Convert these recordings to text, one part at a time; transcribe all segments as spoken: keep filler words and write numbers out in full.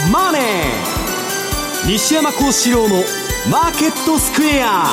マネー」、西山孝四郎のマーケットスクエア。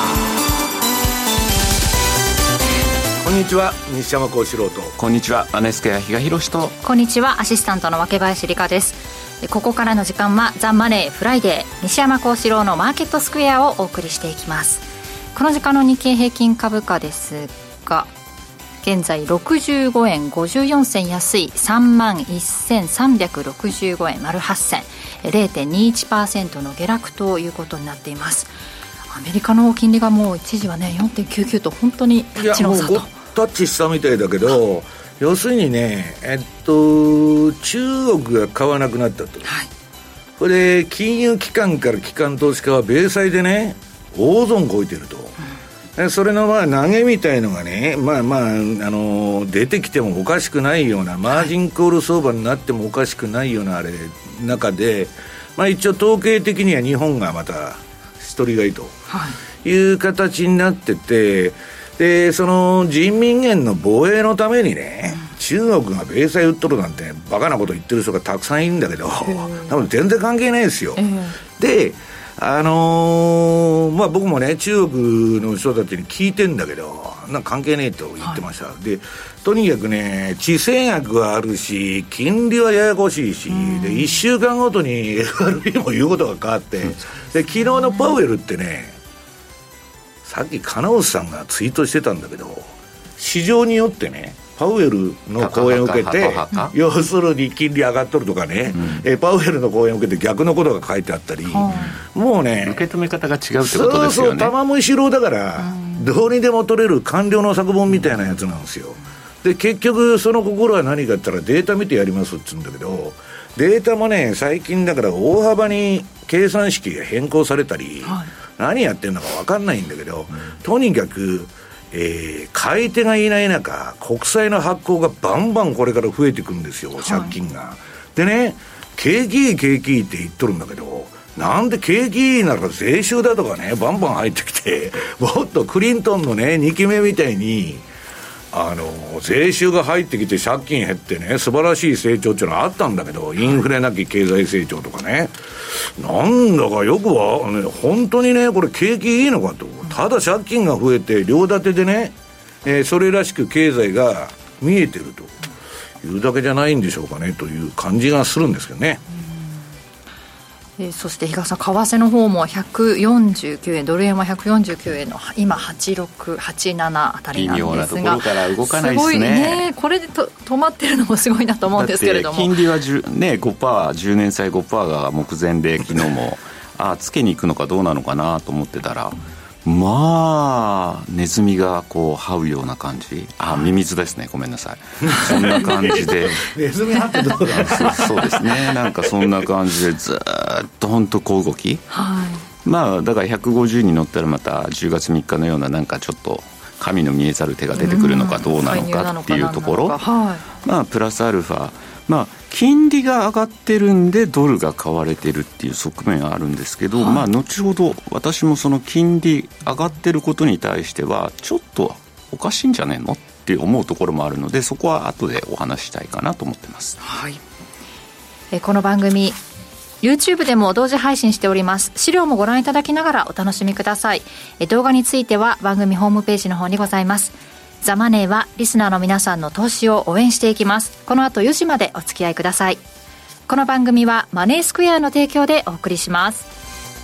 こんにちは、西山孝四郎と。 こんにちは、マネースクエア比嘉宏と。 こんにちは、アシスタントの若林理香です。ここからの時間はザ・マネーフライデー、西山孝四郎のマーケットスクエアをお送りしていきます。この時間の日経平均株価ですが、現在ろくじゅうごえんごじゅうよんせん安い さんまんせんさんびゃくろくじゅうごえんはち銭、 れいてんにいちパーセント の下落ということになっています。アメリカの金利がもう一時はね よんてんきゅうきゅう と本当にタッチの差と。 いやもうタッチしたみたいだけど、要するにね、えっと中国が買わなくなったと、はい、これで金融機関から機関投資家は米債でね大損こいてると、うん、それのまあ投げみたいのがね、まあまあ、あの出てきてもおかしくないような、マージンコール相場になってもおかしくないようなあれ中で、まあ、一応統計的には日本がまた一人買いという形になってて、でその人民元の防衛のためにね、うん、中国が米債売っとるなんてバカなこと言ってる人がたくさんいるんだけど、多分全然関係ないですよ。であのーまあ、僕もね中国の人たちに聞いてんだけど、なんか関係ねえと言ってました、はい、でとにかくね地政学はあるし、金利はややこしいし、でいっしゅうかんごとに エフアールビー も言うことが変わって、で昨日のパウエルってね、さっき金内さんがツイートしてたんだけど、市場によってねパウエルの講演を受けて、要するに金利上がっとるとかね、うん、えパウエルの講演を受けて逆のことが書いてあったり、うん、もうね受け止め方が違うってことですよね。そうそう、 玉虫郎だから、うん、どうにでも取れる官僚の作本みたいなやつなんですよ。で結局その心は何かって言ったらデータ見てやりますって言うんだけど、データもね最近だから大幅に計算式が変更されたり、はい、何やってるのか分かんないんだけど、うん、とにかくえー、買い手がいない中、国債の発行がバンバンこれから増えていくんですよ、借金が、はい、でね景気いい景気いいって言っとるんだけど、なんで景気いいなら税収だとかねバンバン入ってきて、もっとクリントンのねにきめみたいにあの税収が入ってきて借金減ってね素晴らしい成長っていうのはあったんだけど、インフレなき経済成長とかね、なんだかよくは、ね、本当にねこれ景気いいのかと。ただ借金が増えて両立てでね、えー、それらしく経済が見えてるというだけじゃないんでしょうかねという感じがするんですけどね。 えー、そして比嘉さん、為替の方もひゃくよんじゅうきゅうえん、ドル円はひゃくよんじゅうきゅうえんの今はちじゅうろく、はちじゅうななあたりなんですが、微妙なところから動かないですね。すごいね、これでと止まってるのもすごいなと思うんですけれども、 金利は、ね、ごパーセント、じゅうねん債 ごパーセント が目前で昨日もあつけに行くのかどうなのかなと思ってたら、まあネズミがこう這うような感じ、あミミズですね、ごめんなさい、そんな感じでネズミってどうなんですか。 そうですね、なんかそんな感じでずっと本当こう動き、はい、まあだからひゃくごじゅうに乗ったらまたじゅうがつみっかのようななんかちょっと神の見えざる手が出てくるのかどうなのかっていうところ、はい、まあプラスアルファ、まあ金利が上がってるんでドルが買われてるっていう側面はあるんですけど、はい、まあ後ほど私もその金利上がってることに対してはちょっとおかしいんじゃねえのって思うところもあるので、そこは後でお話したいかなと思ってます。 はい、えこの番組 YouTube でも同時配信しております。資料もご覧いただきながらお楽しみください。え動画については番組ホームページの方にございます。ザ・マネーはリスナーの皆さんの投資を応援していきます。この後よじまでお付き合いください。この番組はマネースクエアの提供でお送りします。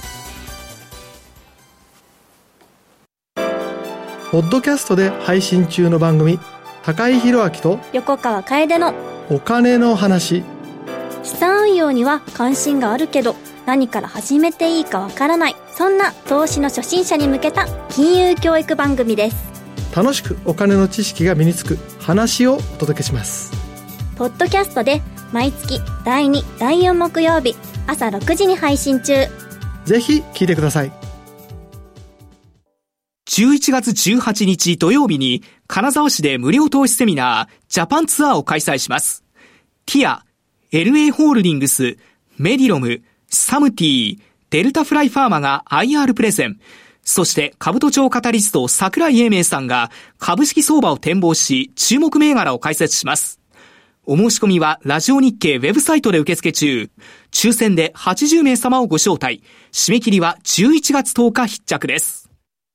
ポッドキャストで配信中の番組、高井宏明と横川楓のお金の話。 資産運用には関心があるけど何から始めていいかわからない、そんな投資の初心者に向けた金融教育番組です。 楽しくお金の知識が身につく話をお届けします。 ポッドキャストで毎月だいに、だいよん木曜日朝ろくじに配信中。 ぜひ聞いてください。 じゅういちがつじゅうはちにち土曜日に金沢市で無料投資セミナージャパンツアーを開催します。ティア、エルエー ホールディングス、メディロム、サムティー、デルタフライファーマが アイアール プレゼン、そして株都庁カタリスト櫻井英明さんが株式相場を展望し注目銘柄を解説します。 お申し込みはラジオ日経ウェブサイトで受付中。抽選ではちじゅうめい様をご招待。締め切りはじゅういちがつとおか必着です。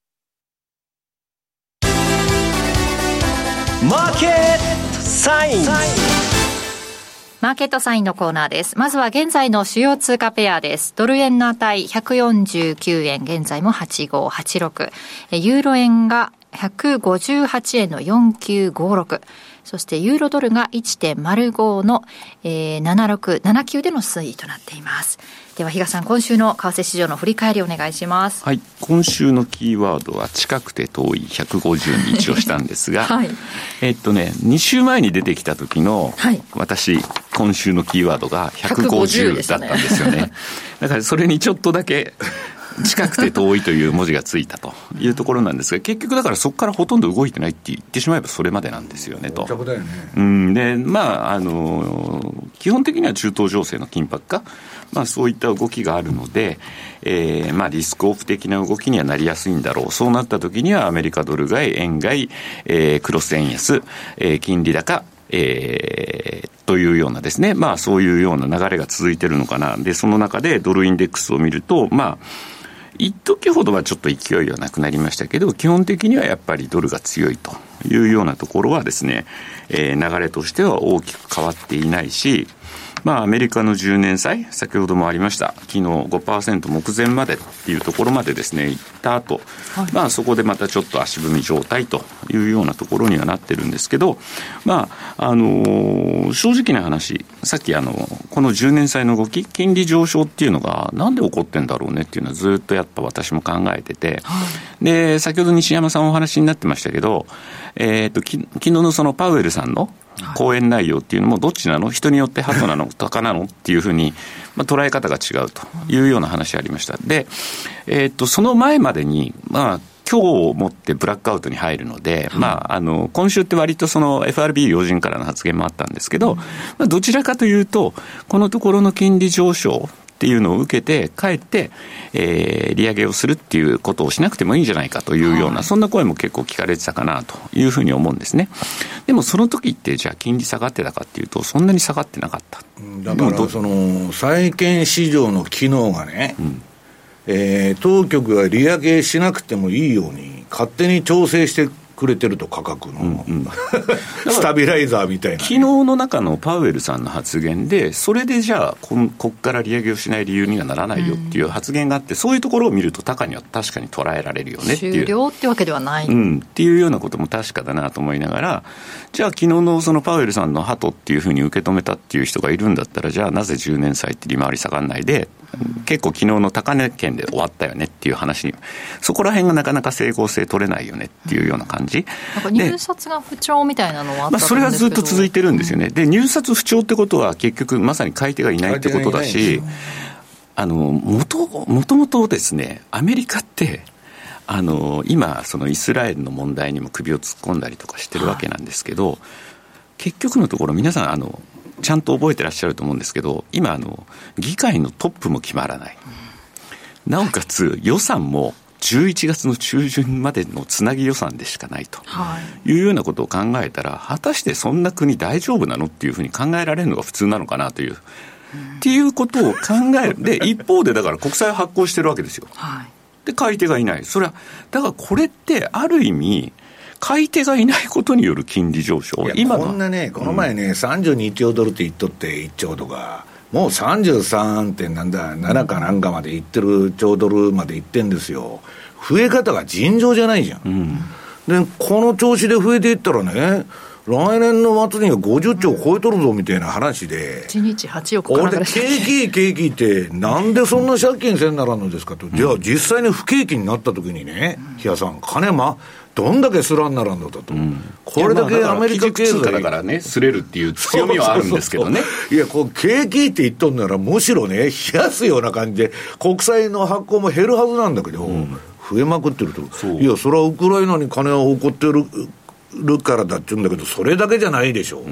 マーケットサイン。 マーケットサインのコーナーです。まずは現在の主要通貨ペアです。ドル円の値ひゃくよんじゅうきゅうえん、現在もはちごはちろく。ユーロ円がひゃくごじゅうはちえんのよんきゅうごろく。そしてユーロドルが いってんまるご の、えー、ななろくななきゅうでの推移となっています。では比嘉さん、今週の為替市場の振り返りお願いします。 はい、今週のキーワードは近くて遠いひゃくごじゅうに一応したんですが、はい、えっとねに週前に出てきた時の、はい、私今週のキーワードがひゃくごじゅうだったんですよね。だからそれにちょっとだけ近くて遠いという文字がついたというところなんですが、結局だからそこからほとんど動いてないって言ってしまえばそれまでなんですよねと。 だよね。 うんでまああの基本的には中東情勢の緊迫化、まあそういった動きがあるので、えー、まあリスクオフ的な動きにはなりやすいんだろう。そうなった時にはアメリカドル買い、円買い、えー、クロス円安、えー、金利高、えー、というようなですね、まあそういうような流れが続いているのかな。でその中でドルインデックスを見ると、まあ一時ほどはちょっと勢いはなくなりましたけど、基本的にはやっぱりドルが強いというようなところはですね、えー、流れとしては大きく変わっていないし、まあアメリカのじゅうねん債、先ほどもありました昨日 ごパーセント 目前までっていうところまでですね行った後、はい、まあそこでまたちょっと足踏み状態というようなところにはなってるんですけど、まああのー、正直な話、さっきあのこのじゅうねん債の動き、金利上昇っていうのがなんで起こってんだろうねっていうのはずっとやっぱ私も考えてて、はい、で先ほど西山さんお話になってましたけど、えー、とき昨日のそのパウエルさんの講演内容っていうのもどっちなの、人によって鳩なの鷹なのっていうふうに、まあ、捉え方が違うというような話ありました。で、えー、とその前までに、まあ、今日をもってブラックアウトに入るので、まあ、あの今週って割とその エフアールビー 要人からの発言もあったんですけど、まあ、どちらかというとこのところの金利上昇っていうのを受けてかえって、えー、利上げをするっていうことをしなくてもいいんじゃないかというような、はい、そんな声も結構聞かれてたかなというふうに思うんですね。でもその時ってじゃあ金利下がってたかっていうとそんなに下がってなかった。 だからその債券市場の機能がね、うんえー、当局が利上げしなくてもいいように勝手に調整してくれてると、価格の、うんうん、スタビライザーみたいな、ね、 昨日の中のパウエルさんの発言でそれでじゃあここから利上げをしない理由にはならないよっていう発言があって、うん、そういうところを見ると高には確かに捉えられるよねっていう、 終了ってわけではない、 うん、っていうようなことも確かだなと思いながら、じゃあ昨日のそのパウエルさんのハトっていうふうに受け止めたっていう人がいるんだったら、じゃあなぜじゅうねん債って利回り下がらないで結構昨日の高値圏で終わったよねっていう話に、そこら辺がなかなか整合性取れないよねっていうような感じ、 なんか入札が不調みたいなのはあったと思うんですけど、まあ、それはずっと続いてるんですよね、うん、で入札不調ってことは結局まさに買い手がいないってことだし、あのもともともとですね、アメリカってあの今そのイスラエルの問題にも首を突っ込んだりとかしてるわけなんですけど、はい、結局のところ皆さんあのちゃんと覚えてらっしゃると思うんですけど、今あの議会のトップも決まらない、なおかつ予算もじゅういちがつの中旬までのつなぎ予算でしかないというようなことを考えたら、果たしてそんな国大丈夫なのっていうふうに考えられるのが普通なのかなという、うん、っていうことを考える。で一方でだから国債を発行してるわけですよ、はい、で買い手がいない。それはだからこれってある意味買い手がいないことによる金利上昇。 今こんなね、この前ね、うん、さんじゅうにちょうドルって言っとっていっちょうとか、もうさんじゅうさんてんなんだななかなんかまでいってるちょうドルまでいってんですよ。増え方が尋常じゃないじゃん、うん、でこの調子で増えていったらね、来年の末にはごじゅっちょう超えとるぞみたいな話で、 いちにちはちおくかなぐらい、 景気景気ってなんでそんな借金せんならんのですかと、うん、じゃあ実際に不景気になった時にね、比嘉さん金まどんだけすらんならんのだと、うん、これだけアメリカ経済だからね、すれるっていう強みはあるんですけどね。そうそうそう、 いやこう景気って言っとんならむしろね冷やすような感じで国債の発行も減るはずなんだけど、うん、増えまくってると、いやそれはウクライナに金は起こってるるからだって言うんだけど、それだけじゃないでしょう、うん、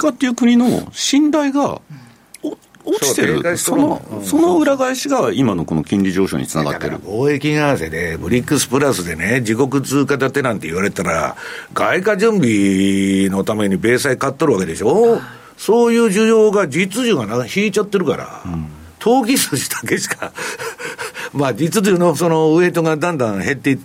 結局アメリカっていう国の信頼が落ちてる、その、うん、その裏返しが今のこの金利上昇につながってる。 貿易為替でブリックスプラスでね、自国通貨建てなんて言われたら、外貨準備のために米債買っとるわけでしょ。そういう需要が実需がな引いちゃってるから、うん、投機筋だけしかまあ実需のそのウエイトがだんだん減っていって、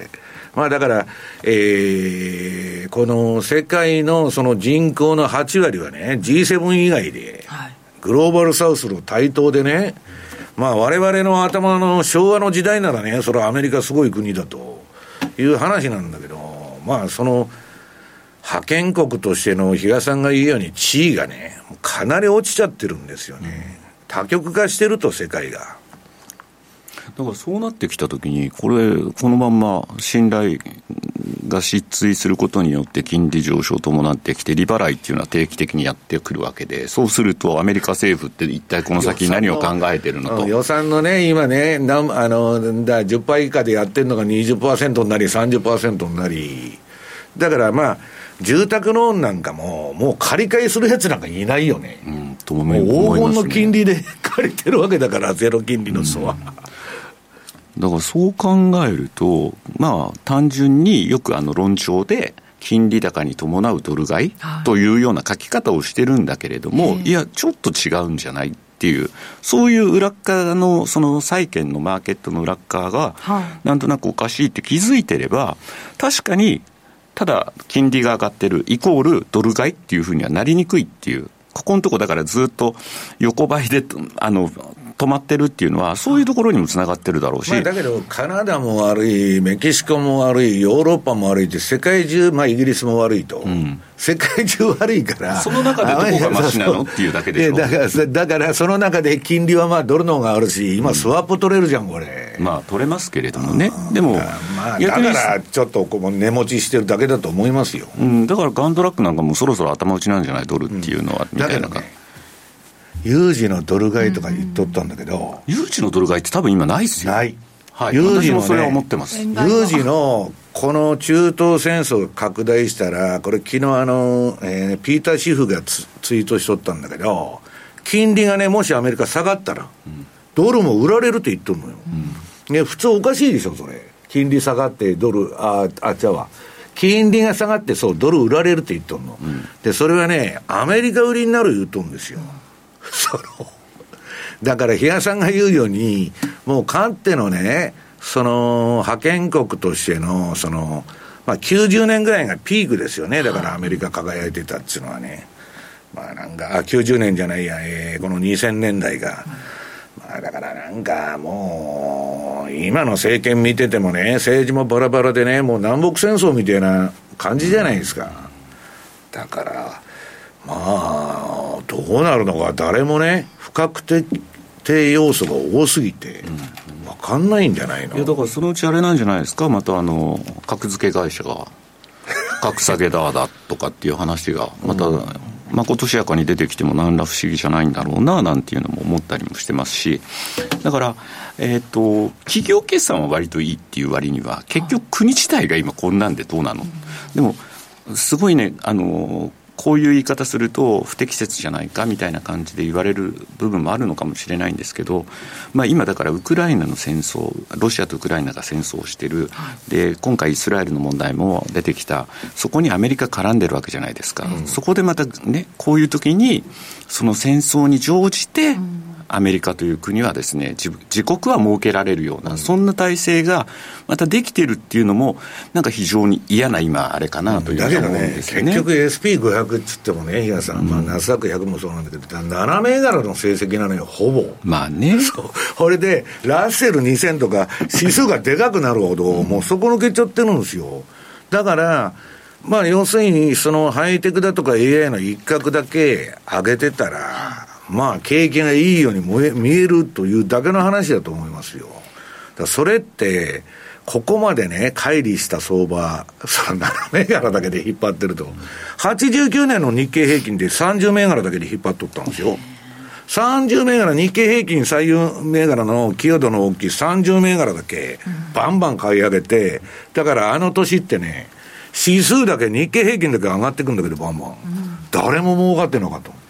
まあだから、えー、この世界のその人口のはち割はね、ジーセブン 以外で、はい、グローバルサウスの台頭でね、まあ我々の頭の昭和の時代ならね、それはアメリカすごい国だという話なんだけど、まあその、覇権国としての比嘉さんが言うように地位がね、かなり落ちちゃってるんですよね。多極化してると、世界が。 だからそうなってきたときに、これ、このまんま信頼が失墜することによって金利上昇を伴ってきて、利払いっていうのは定期的にやってくるわけで、そうするとアメリカ政府って一体この先何を考えてるのと。 予算のね、今ね、あのだ じゅっパーセント 以下でやってるのが にじゅっパーセント になり さんじゅっパーセント になり、だからまあ、住宅ローンなんかも、もう借り換えするやつなんかいないよね。うん、と思いますね。もう黄金の金利で借りてるわけだから、ゼロ金利の人は。 うん、だからそう考えると、まあ、単純によくあの論調で、金利高に伴うドル買いというような書き方をしてるんだけれども、いや、ちょっと違うんじゃないっていう、そういう裏側の、その債券のマーケットの裏側が、なんとなくおかしいって気づいてれば、確かに、ただ金利が上がってるイコールドル買いっていうふうにはなりにくいっていう、ここのとこだからずっと横ばいであの止まってるっていうのはそういうところにもつながってるだろうし、 まあ、だけどカナダも悪い、メキシコも悪い、ヨーロッパも悪いって世界中、まあ、イギリスも悪いと、うん、世界中悪いからその中でどこがマシなのっていうだけでしょ。 だからだからその中で金利はまあドルの方があるし、今スワップ取れるじゃんこれ、 うん、まあ取れますけれどもね、でも、 まあ、だからちょっとこう値持ちしてるだけだと思いますよ、 うん、だからガンドラックなんかもそろそろ頭打ちなんじゃないドルっていうのは、うん、みたいな感じ。 有事のドル買いとか言っとったんだけど、 うん、有事のドル買いって多分今ないですよ。 ない、 はい、有事の、ね、私もそれは思ってます。 有事のこの中東戦争が拡大したら、これ昨日あの、えー、ピーター・シフが ツ, ツイートしとったんだけど、金利がねもしアメリカ下がったら、うん、ドルも売られるって言っとるのよ、うんね、普通おかしいでしょそれ。金利下がってドルああっちゃわ金利が下がってそうドル売られるって言っとるの、うん、でそれはねアメリカ売りになる言うとるんですよ。そのだから比嘉さんが言うように、もうかつてのね、その覇権国としてのその、まあ、きゅうじゅうねんぐらいがピークですよね。だからアメリカ輝いてたっていうのはね、まあなんかあきゅうじゅうねんじゃないや、えー、このにせんねんだいが、まあだからなんかもう今の政権見ててもね、政治もバラバラでね、もう南北戦争みたいな感じじゃないですか。だからまあどうなるのか誰もね、不確定要素が多すぎて分かんないんじゃないの。 いやだからそのうちあれなんじゃないですか、またあの格付け会社が格下げだだとかっていう話がまた、うん、まことしやかに出てきても何ら不思議じゃないんだろうななんていうのも思ったりもしてますし、だから、えーと、企業決算は割といいっていう割には結局国自体が今こんなんでどうなの、うん、でもすごいね、あのこういう言い方すると不適切じゃないかみたいな感じで言われる部分もあるのかもしれないんですけど、まあ、今だからウクライナの戦争、ロシアとウクライナが戦争をしてる、で今回イスラエルの問題も出てきた、そこにアメリカ絡んでるわけじゃないですか、うん、そこでまたね、こういう時にその戦争に乗じて、うんアメリカという国はですね 自, 自国は設けられるような、うん、そんな体制がまたできてるっていうのもなんか非常に嫌な今あれかなというふうに思うんですよね。 だけどね、結局 エスピーごひゃく っつってもね、比嘉さん、うん、まあ、ナスダックひゃくもそうなんだけどなな銘柄の成績なのよほぼ。 まあね、 そうこれでラッセルにせんとか指数がでかくなるほど、うん、もう底抜けちゃってるんですよ。だからまあ要するにそのハイテクだとか エーアイ の一角だけ上げてたら、まあ景気がいいように見えるというだけの話だと思いますよ。だからそれってここまでね乖離した相場、そのなな銘柄だけで引っ張ってると、はちじゅうきゅうねんの日経平均でさんじゅう銘柄だけで引っ張っとったんですよ。さんじゅう銘柄、日経平均最優銘柄の寄与度の大きいさんじゅう銘柄だけバンバン買い上げて、だからあの年ってね、指数だけ日経平均だけ上がってくんだけどバンバン、誰も儲かってなかった。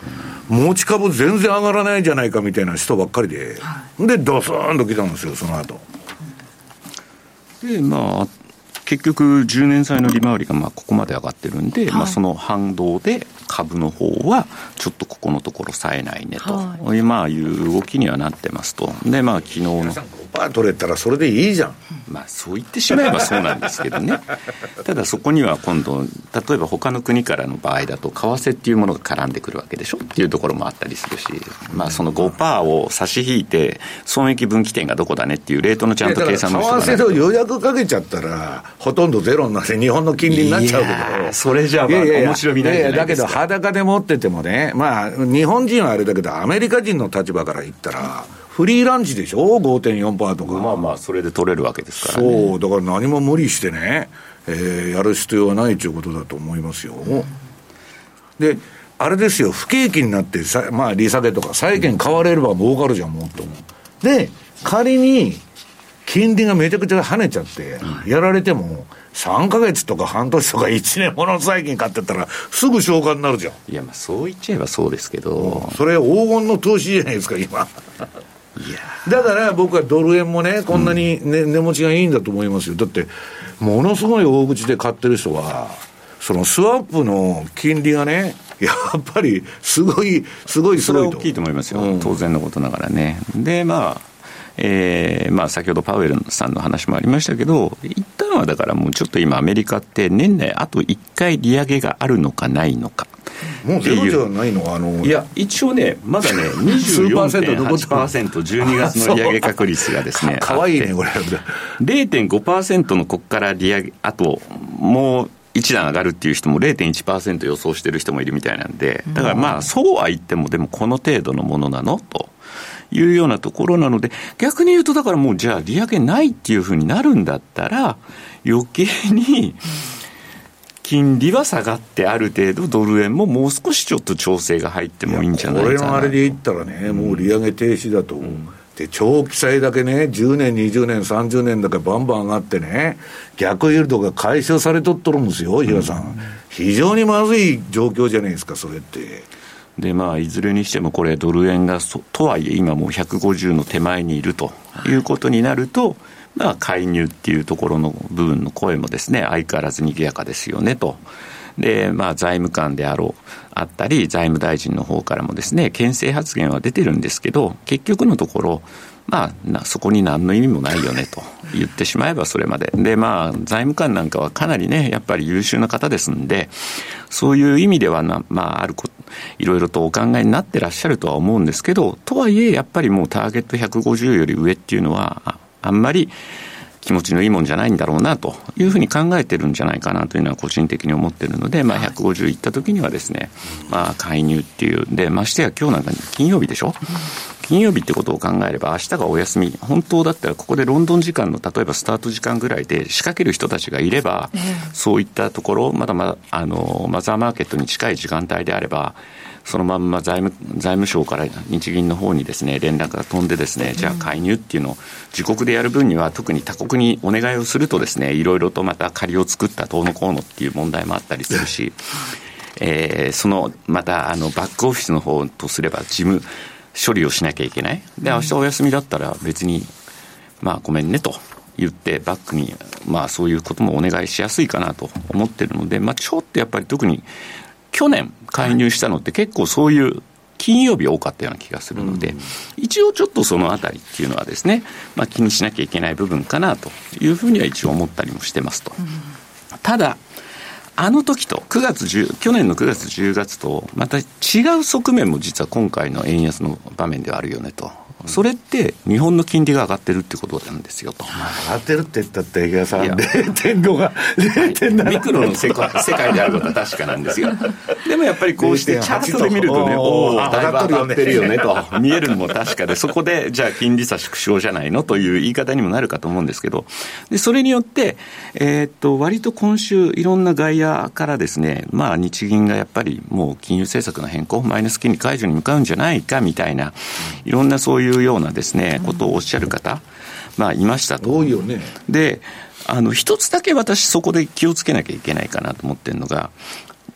持ち株全然上がらないじゃないかみたいな人ばっかりで、はい、でドスーンと来たんですよその後でまあ結局じゅうねん債の利回りがまあここまで上がってるんで、はい、まあ、その反動で株の方はちょっとここのところ冴えないねと、はい、まあいう動きにはなってますと。でまあ昨日のごパーセント取れたらそれでいいじゃん。 まあそう言ってしまえばそうなんですけどねただそこには今度例えば他の国からの場合だと為替っていうものが絡んでくるわけでしょっていうところもあったりするし、まあその ごパーセント を差し引いて損益分岐点がどこだねっていうレートのちゃんと計算の人がないと。 為替の予約かけちゃったらほとんどゼロになって日本の金利になっちゃうけど、 それじゃあまあ面白みないじゃないですか。 だけど裸で持っててもね、まあ日本人はあれだけどアメリカ人の立場から言ったらフリーランチでしょ ごてんよんパーセント とか。 まあまあそれで取れるわけですからね。 そうだから何も無理してね、えー、やる必要はないということだと思いますよ。であれですよ、不景気になってさ、まあ利下げとか債券買われれば儲かるじゃんもっとも。で仮に金利がめちゃくちゃ跳ねちゃってやられてもさんかげつとか半年とかいちねんもの債券買ってったらすぐ消化になるじゃん。 いやまあそう言っちゃえばそうですけど、 うん、それ黄金の投資じゃないですか今いやだから僕はドル円もねこんなに、ね、うん、値持ちがいいんだと思いますよ。だってものすごい大口で買ってる人はそのスワップの金利がねやっぱりすごいすごいすごいと。 それは大きいと思いますよ、うん、当然のことながらね。でまあえーまあ、先ほどパウエルさんの話もありましたけど、一旦はだからもうちょっと今アメリカって年内あといっかい利上げがあるのかないのか。 もうゼロじゃないの。あのいや一応ねまだね にじゅうよんてんはちパーセント じゅうにがつの利上げ確率がですねかわいいねこれれいてんごパーセント のここから利上げあともう一段上がるっていう人も れいてんいちパーセント 予想してる人もいるみたいなんで、だからまあそうは言ってもでもこの程度のものなのというようなところなので、逆に言うとだからもうじゃあ利上げないっていうふうになるんだったら余計に金利は下がってある程度ドル円ももう少しちょっと調整が入ってもいいんじゃないかな。 これのあれで言ったらね、もう利上げ停止だと、うん、で長期債だけねじゅうねんにじゅうねんさんじゅうねんだけバンバン上がってね逆イールドが解消されとっとるんですよ比嘉さん、うん、非常にまずい状況じゃないですかそれって。 でまあいずれにしてもこれドル円がとはいえ今もうひゃくごじゅうの手前にいるということになると、まあ介入っていうところの部分の声もですね相変わらず賑やかですよねと。でまあ財務官であろうあったり財務大臣の方からもですね牽制発言は出てるんですけど、結局のところまあなそこに何の意味もないよねと言ってしまえばそれまでで、まあ財務官なんかはかなりねやっぱり優秀な方ですんで、そういう意味ではな、まあ、あることいろいろとお考えになってらっしゃるとは思うんですけど、とはいえやっぱりもうターゲットひゃくごじゅうより上っていうのは あ, あんまり気持ちのいいもんじゃないんだろうなというふうに考えてるんじゃないかなというのは個人的に思ってるので、まあ、ひゃくごじゅういった時にはですね、まあ、介入っていうでましてや今日なんか金曜日でしょ。金曜日ってことを考えれば明日がお休み、本当だったらここでロンドン時間の例えばスタート時間ぐらいで仕掛ける人たちがいれば、えー、そういったところまだまだあのマザーマーケットに近い時間帯であればそのまんま財務、財務省から日銀の方にですね連絡が飛んでですね、じゃあ介入っていうのを自国でやる分には特に他国にお願いをするとですねいろいろとまた借りを作ったどうのこうのっていう問題もあったりするし、えー、そのまたあのバックオフィスの方とすれば事務処理をしなきゃいけない。で明日お休みだったら別にまあごめんねと言ってバックにまあそういうこともお願いしやすいかなと思ってるので、まあちょっとやっぱり特に去年介入したのって結構そういう金曜日多かったような気がするので、うん、一応ちょっとそのあたりっていうのはですね、まあ、気にしなきゃいけない部分かなというふうには一応思ったりもしてますと、うん、ただあの時とくがつじゅう去年のくがつじゅうがつとまた違う側面も実は今回の円安の場面ではあるよねと。それって日本の金利が上がってるってことなんですよと。 上がってるって言ったって比嘉さん れいてんご が れいてんなな、はい、 ミクロの世界、世界であることは確かなんですよ。でもやっぱりこうしてチャートで見るとねおおだいぶ上がってるよねと見えるのも確かで、そこでじゃあ金利差縮小じゃないのという言い方にもなるかと思うんですけど、でそれによって、えー、っと割と今週いろんな外野からですね、まあ日銀がやっぱりもう金融政策の変更マイナス金利解除に向かうんじゃないかみたいないろんなそういうようなですねことをおっしゃる方、まあいましたと。 多いよね。 であの一つだけ私そこで気をつけなきゃいけないかなと思ってるのが、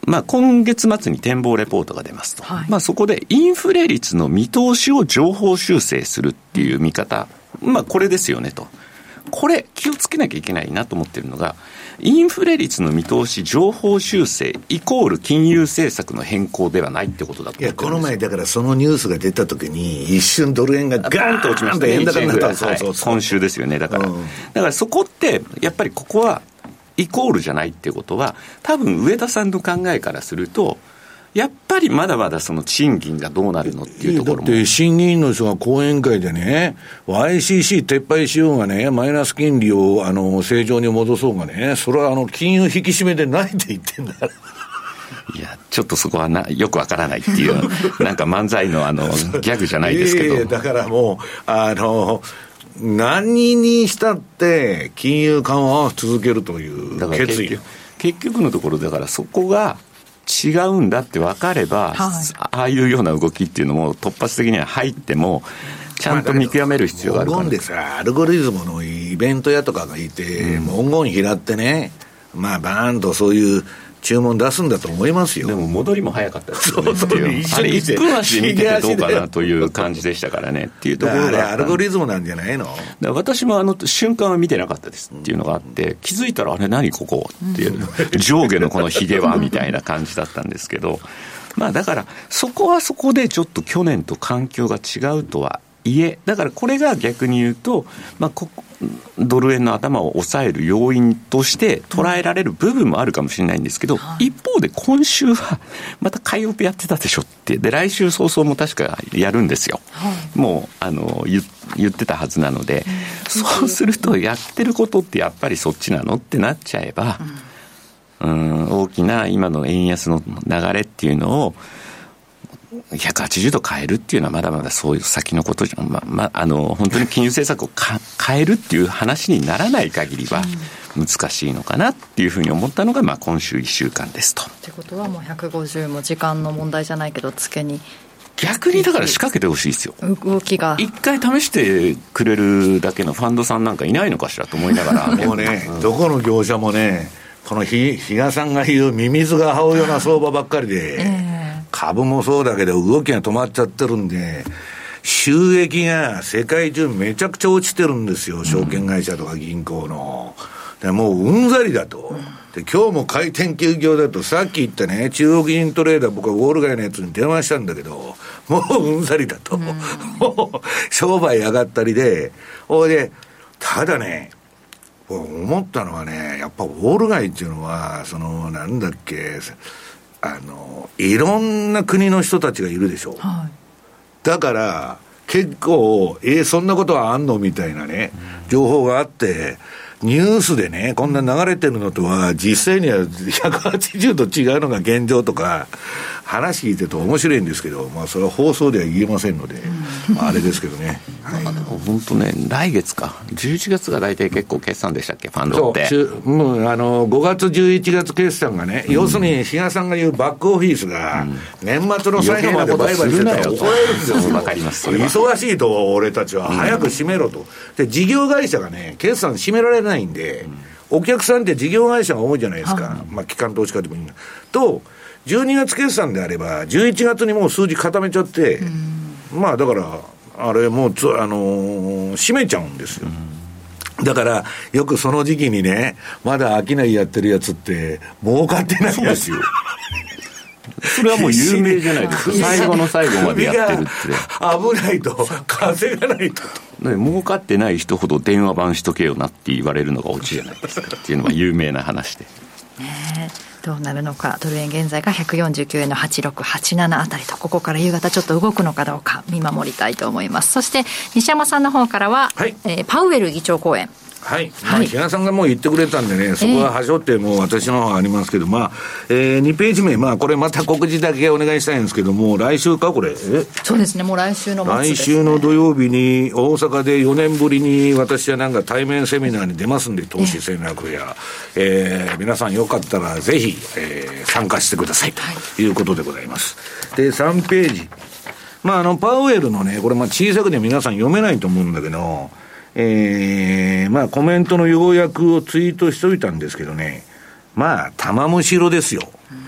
まあ、今月末に展望レポートが出ますと、はい、まあ、そこでインフレ率の見通しを上方修正するっていう見方、まあ、これですよねと。これ気をつけなきゃいけないなと思ってるのが、インフレ率の見通し上方修正イコール金融政策の変更ではないってことだと思ってるんですよ。いや、 この前だからそのニュースが出た時に一瞬ドル円がガーンと落ちましたね。円高になった。そうそうそう、 今週ですよね。だから、うん、だからそこってやっぱりここはイコールじゃないってことは、多分上田さんの考えからするとやっぱりまだまだその賃金がどうなるのっていうところも。 だって審議員の人が講演会でね、 ワイシーシー 撤廃しようがね、マイナス金利をあの正常に戻そうがね、それはあの金融引き締めでないって言ってんだからいや、ちょっとそこはなよくわからないっていうなんか漫才のあのギャグじゃないですけど、 いやいや、だからもうあの何にしたって金融緩和を続けるという決意。 結局、結局のところだからそこが違うんだって分かれば、はい、ああいうような動きっていうのも突発的には入ってもちゃんと見極める必要があるから、 文言でさ、アルゴリズムのイベント屋とかがいて、うん、文言拾ってね、まあバーンとそういう注文出すんだと思いますよ。 でも戻りも早かったですよね。 そうそう、 あれいっぷん足で見ててどうかなという感じでしたからねっていうところが、あれアルゴリズムなんじゃないの。だから私もあの瞬間は見てなかったですっていうのがあって、気づいたらあれ何ここっていう上下のこのヒゲはみたいな感じだったんですけど、まあだからそこはそこでちょっと去年と環境が違うとはいえ、だからこれが逆に言うと、まあ、こドル円の頭を抑える要因として捉えられる部分もあるかもしれないんですけど、うん、一方で今週はまた買いオペやってたでしょって、で来週早々も確かやるんですよ、はい、もうあの 言, 言ってたはずなので、うん、そうするとやってることってやっぱりそっちなのってなっちゃえば、うん、うん大きな今の円安の流れっていうのをひゃくはちじゅうど変えるっていうのはまだまだそういう先のことじゃん、ままあの本当に金融政策をか変えるっていう話にならない限りは難しいのかなっていうふうに思ったのが、まあ、今週いっしゅうかんですと。 ってことはもうひゃくごじゅうも時間の問題じゃないけど付けに逆にだから仕掛けてほしいですよ。 動きが一回試してくれるだけのファンドさんなんかいないのかしらと思いながらもうね、うん、どこの業者もね、この比嘉さんが言うミミズが這うような相場ばっかりで、えー、株もそうだけど動きが止まっちゃってるんで、収益が世界中めちゃくちゃ落ちてるんですよ、証券会社とか銀行の。でもううんざりだと、で今日も開店休業だと、さっき言ったね中国人トレーダー、僕はウォール街のやつに電話したんだけど、もううんざりだと、うん、もう商売上がったりで、おいでただね思ったのはね、やっぱウォール街っていうのはそのなんだっけ、あのいろんな国の人たちがいるでしょ、はい、だから結構えー、そんなことはあんのみたいなね情報があって、ニュースでねこんな流れてるのとは実際にはひゃくはちじゅうど違うのが現状とか話聞いてると面白いんですけど、まあそれは放送では言えませんので、まあ、あれですけどね、はい、 本当ね、来月かじゅういちがつが大体結構決算でしたっけ、ファンドって。 そう、もうあのごがつじゅういちがつ決算がね、うん、要するに比嘉さんが言うバックオフィスが、うん、年末の最後まで売買してたら怒られるんですよ。 分かります、それは忙しいと俺たちは早く閉めろと、うん、で事業会社がね決算閉められないんで、うん、お客さんって事業会社が多いじゃないですか、はい、まあ機関投資家でもいいんだと、じゅうにがつ決算であればじゅういちがつにもう数字固めちゃって、うん、まあだからあれもうつ、あのー、閉めちゃうんですよ、うん、だからよくその時期にねまだ商いやってるやつって儲かってないやつよ。 それはもう有名じゃないですか。最後の最後までやってるって危ないと稼がないとね、儲かってない人ほど電話番しとけよなって言われるのがオチじゃないですかっていうのは有名な話でね。どうなるのか、ドル円現在がひゃくよんじゅうきゅうえんのはちろくはちななあたりと、ここから夕方ちょっと動くのかどうか見守りたいと思います。そして西山さんの方からは、はい、えー、パウエル議長講演、 はい、まあ、比嘉さんがもう言ってくれたんでね、そこははしょってもう私の方がありますけど、まあ、えー、にページ目、まあこれまた告示だけお願いしたいんですけども、来週かこれ、えそうですね、もう来週の末ですね。 来週の土曜日に大阪でよねんぶりに私はなんか対面セミナーに出ますんで、投資戦略や、えー、皆さんよかったらぜひ、えー、参加してくださいということでございます。でさんページ、まああのパウエルのね、これまあ小さくて皆さん読めないと思うんだけど、えー、まあコメントの要約をツイートしといたんですけどね、まあ玉むしろですよ。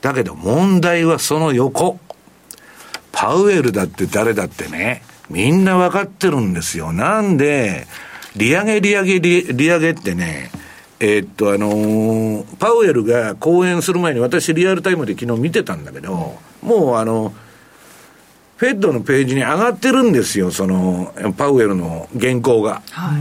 だけど問題はその横。パウエルだって誰だってね、みんな分かってるんですよ。なんで、利上げ利上げ利上げってね、えー、っとあのー、パウエルが講演する前に私リアルタイムで昨日見てたんだけど、もうあの、フェッドのページに上がってるんですよ、その、パウエルの原稿が。はい。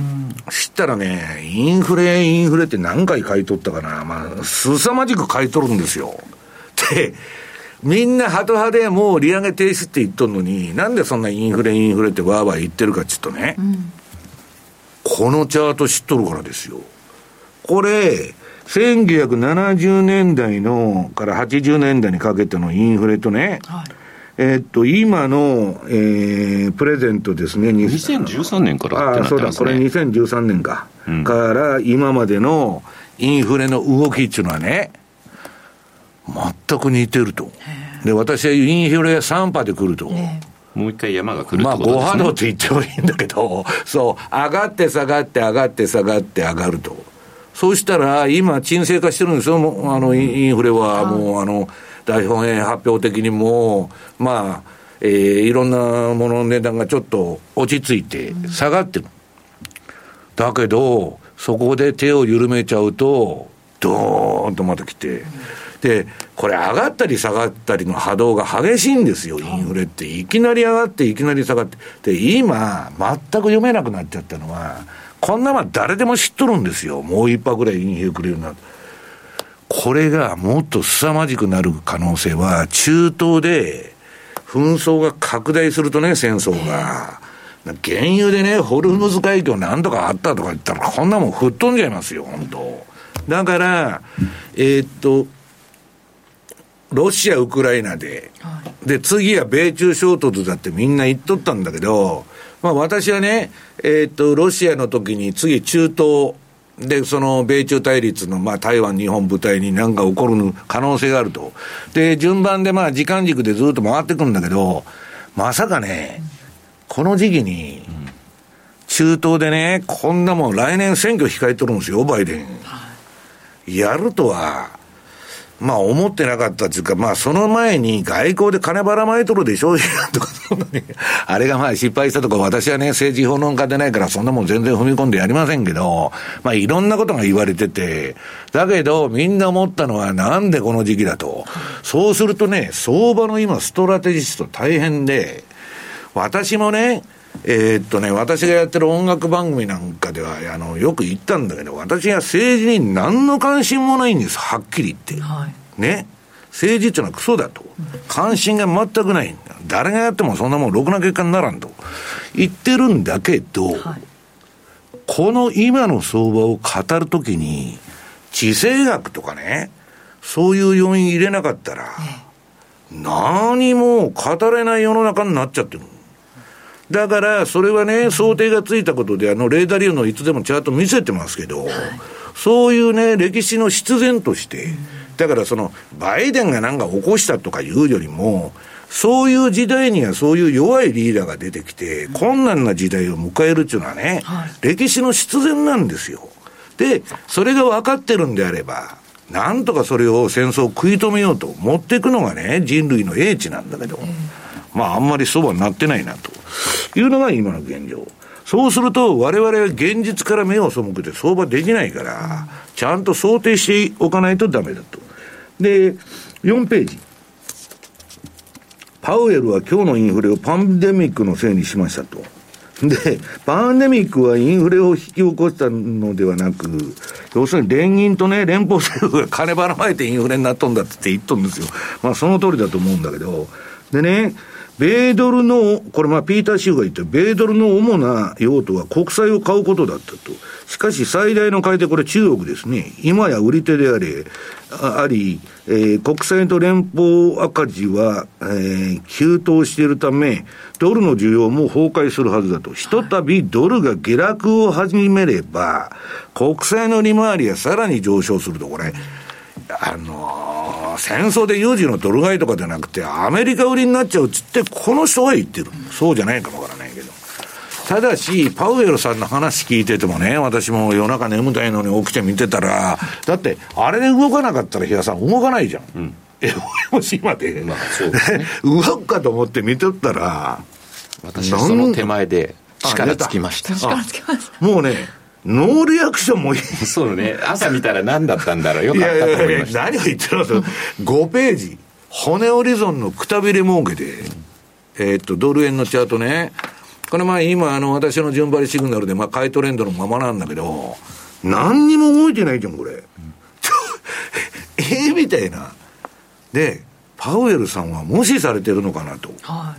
知ったらね、インフレ、インフレって何回買い取ったかな。まあ、凄まじく買い取るんですよ。で、みんなハト派でもう利上げ停止って言っとるのに、なんでそんなインフレ、インフレってわーわー言ってるかって言うとね、うん、このチャート知っとるからですよ。これ、せんきゅうひゃくななじゅうねんだいのからはちじゅうねんだいにかけてのインフレとね、はい、えー、っと、今の、えー、プレゼントですね。 にせんじゅうさんねんからってなってますね。あ、そうだ、 これにせんじゅうさんねんか。うん、から今までのインフレの動きっていうのはね、全く似てると。で、私はインフレさんパーセントで来ると。 もう一回山が来るってことですね。 まあ、ご波動って言ってもいいんだけど、そう、上がって下がって上がって下がって上がると。そうしたら、今、沈静化してるんですよ。もうあの、インフレは、もう、あの、大本営発表的にも、まあ、えー、いろんなものの値段がちょっと落ち着いて下がってる。だけど、そこで手を緩めちゃうと、ドーンとまた来て、で、これ上がったり下がったりの波動が激しいんですよ、インフレって。いきなり上がっていきなり下がって。で、今、全く読めなくなっちゃったのは、こんなもん誰でも知っとるんですよ。もう一波ぐらいインフレくれるようになる。これがもっと凄まじくなる可能性は、中東で紛争が拡大するとね、戦争が。原油でね、ホルムズ海峡なんとかあったとか言ったら、こんなもん吹っ飛んじゃいますよ、本当。だから、えー、っと、ロシア、ウクライナで、で、次は米中衝突だってみんな言っとったんだけど、まあ私はね、えー、っと、ロシアの時に次中東で、その米中対立の、まあ台湾、日本舞台に何か起こる可能性があると。で、順番でまあ時間軸でずっと回ってくるんだけど、まさかね、この時期に、中東でね、こんなもん来年選挙控えとるんですよ、バイデン。やるとは、まあ思ってなかったっていうか、まあその前に外交で金ばらまいとるでしょとか、そんなに、あれがまあ失敗したとか、私はね、政治評論家でないからそんなもん全然踏み込んでやりませんけど、まあいろんなことが言われてて、だけどみんな思ったのはなんでこの時期だと。そうするとね、相場の今ストラテジスト大変で、私もね、えー、っとね、私がやってる音楽番組なんかでは、あの、よく言ったんだけど、私は政治に何の関心もないんです、はっきり言って。はい、ね。政治っていうのはクソだと。関心が全くないんだ。誰がやってもそんなもんろくな結果にならんと。言ってるんだけど、はい、この今の相場を語るときに、地政学とかね、そういう要因入れなかったら、何も語れない世の中になっちゃってる。だから、それはね、想定がついたことで、あの、レーダーリオのいつでもチャート見せてますけど、はい、そういうね、歴史の必然として、だからその、バイデンがなんか起こしたとかいうよりも、そういう時代にはそういう弱いリーダーが出てきて、困難な時代を迎えるっていうのはね、はい、歴史の必然なんですよ。で、それが分かってるんであれば、なんとかそれを戦争を食い止めようと持っていくのがね、人類の英知なんだけど、まああんまりそばになってないなというのが今の現状。そうすると我々は現実から目を背けて相場できないから、ちゃんと想定しておかないとダメだと。で、よんページ。パウエルは今日のインフレをパンデミックのせいにしましたと。で、パンデミックはインフレを引き起こしたのではなく、要するに連銀とね、連邦政府が金ばらまいてインフレになっとんだって言っとるんですよ。まあその通りだと思うんだけど。でね、米ドルの、これまあピーター・シューが言った、米ドルの主な用途は国債を買うことだったと。しかし最大の買い手、これ中国ですね。今や売り手であれ、あ, あり、えー、国債と連邦赤字は、えー、急騰しているため、ドルの需要も崩壊するはずだと。ひとたびドルが下落を始めれば、国債の利回りはさらに上昇すると、これ、あのー、戦争で有事のドル買いとかじゃなくて、アメリカ売りになっちゃうっつって、この人は言ってる。そうじゃないかもわからないけど。ただし、パウエルさんの話聞いててもね、私も夜中眠たいのに起きて見てたら、だって、あれで動かなかったら、比嘉さん動かないじゃん。うん、 エフオーエムシー まで、 まあそうですね、 動くかと思って見とったら、 私はその手前で力つきました。 力つきました。 もうね、ノーリアクションもいい。 そうね、朝見たら何だったんだろう、よかったと思いました。いやいやいや、 何を言ってるんですよ。ごページ、骨折り損のくたびれ儲けで、えー、っと、ドル円のチャートね、これまあ今、あの、私の順張りシグナルで、まあ、買いトレンドのままなんだけど、何にも動いてないじゃん、これ。うん、えー、みたいな。で、パウエルさんは無視されてるのかなと。はい。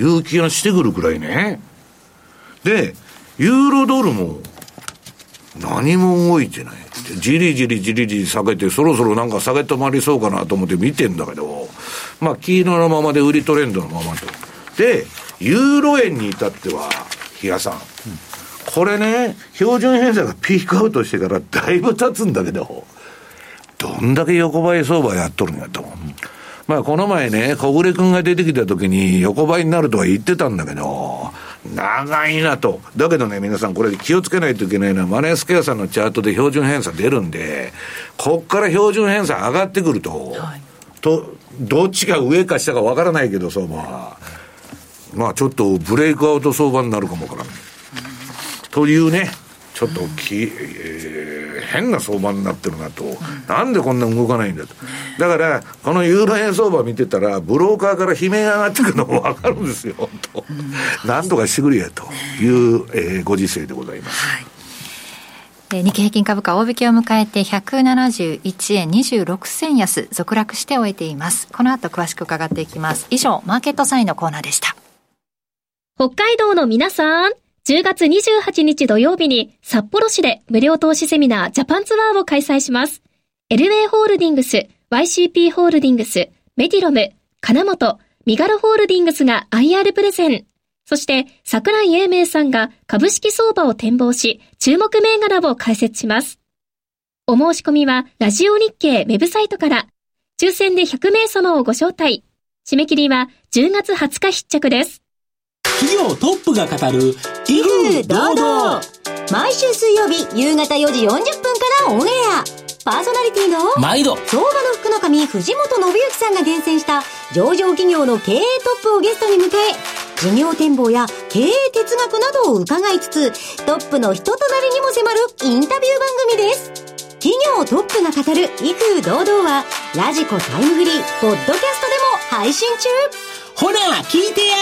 いう気がしてくるくらいね。で、ユーロドルも、何も動いてない。じりじりじりじり下げて、そろそろなんか下げ止まりそうかなと思って見てんだけど、まあ、黄色のままで売りトレンドのままと。で、ユーロ円に至っては、比嘉さん、うん、これね、標準偏差がピークアウトしてからだいぶ経つんだけど、どんだけ横ばい相場やっとるんやと。うん、まあ、この前ね、小暮君が出てきた時に横ばいになるとは言ってたんだけど、長いなと。だけどね、皆さんこれ気をつけないといけないのは、マネースケアさんのチャートで標準偏差出るんで、こっから標準偏差上がってくると、はい、と、どっちが上か下かわからないけど、相場は。まあちょっとブレイクアウト相場になるかもわからない。というね、ちょっとき、えー、変な相場になってるなと、なんでこんな動かないんだと。だからこのユーロ円相場見てたらブローカーから悲鳴が上がってくるのも分かるんですよと、なんとかしてくれやという、えー、ご時世でございます。 はい、日経平均株価大引けを迎えてひゃくななじゅういちえんにじゅうろくせん安、続落して終えています。この後詳しく伺っていきます。以上、マーケットサインのコーナーでした。 北海道の皆さん、じゅうがつにじゅうはちにち土曜日に札幌市で無料投資セミナージャパンツアーを開催します。エルウェイホールディングス、ワイシーピー ホールディングス、メディロム、金本、ミガロホールディングスが アイアール プレゼン。そして桜井英明さんが株式相場を展望し、注目銘柄を解説します。お申し込みはラジオ日経ウェブサイトから、抽選でひゃくめいさまをご招待。締め切りはじゅうがつはつか必着です。 企業トップが語る威風堂々、 毎週水曜日夕方よじよんじゅっぷんからオンエア。パーソナリティの毎度相場の福の神藤本信之さんが厳選した上場企業の経営トップをゲストに迎え、事業展望や経営哲学などを伺いつつ、トップの人となりにも迫るインタビュー番組です。企業トップが語る威風堂々はラジコタイムフリーポッドキャストでも配信中。 ほら聞いてや。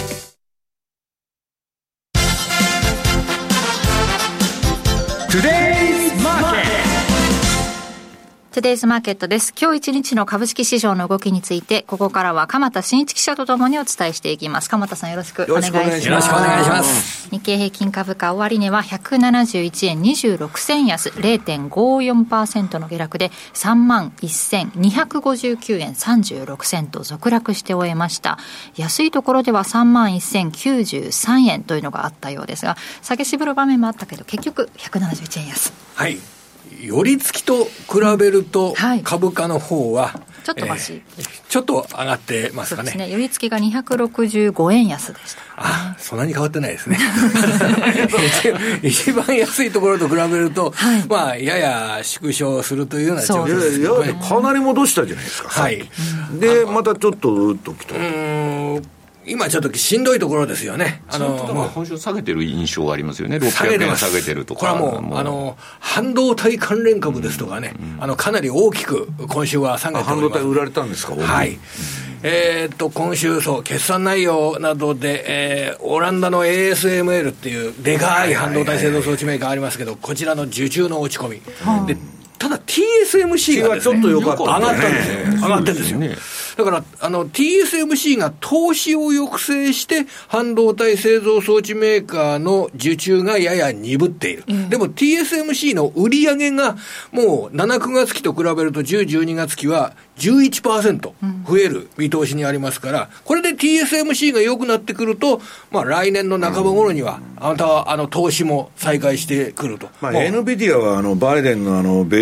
Today's Market。トゥデイズマーケットです。今日一日の株式市場の動きについて、ここからは鎌田新一記者とともにお伝えしていきます。鎌田さん、よろしくお願いします。 よろしくお願いします。 日経平均株価終値はひゃくななじゅういちえんにじゅうろくせん安 ゼロテンごよんパーセント の下落で さんまんせんにひゃくごじゅうきゅうえんさんじゅうろくせんと続落して終えました。安いところでは さんまんせんきゅうじゅうさんえんというのがあったようですが、下げ渋る場面もあったけど結局ひゃくななじゅういちえん安。 はい、寄り付きと比べると株価の方は、はい、 ちょっとマシ、 えー、ちょっと上がってますかね。 そうですね、寄り付きがにひゃくろくじゅうごえん安でした、ね、 ああ、そんなに変わってないですね一番安いところと比べると、はい、まあやや縮小するというような状況ですけどね。 いやいやかなり戻したじゃないですか。 はい、 でまたちょっとうっときた。 うーん、今ちょっとしんどいところですよね。 あのもう今週下げてる印象がありますよね。ろっぴゃくえん下げてるとか。 これはもう、もうあの半導体関連株ですとかね、うんうん、あのかなり大きく今週は下げております。 半導体売られたんですか。 はい、うん、えー、っと今週そう決算内容などで、えー、オランダの エーエスエムエル っていうでかい半導体製造装置メーカーありますけど、こちらの受注の落ち込み、うん、でただ ティーエスエムシー がですね、 ちょっと良かった、ね、 上がったんですよ。上がってるんですよ、ね、だからあの ティーエスエムシー が投資を抑制して半導体製造装置メーカーの受注がやや鈍っている、うん、でも ティーエスエムシー の売り上げがもうなな、くがつ期と比べるとじゅう、じゅうにがつ期は じゅういちパーセント 増える見通しにありますから、これで ティーエスエムシー が良くなってくると、まあ、来年の半ば頃にはあなたはあの投資も再開してくると、 まあ、エヌビディア はあのバイデンのあの米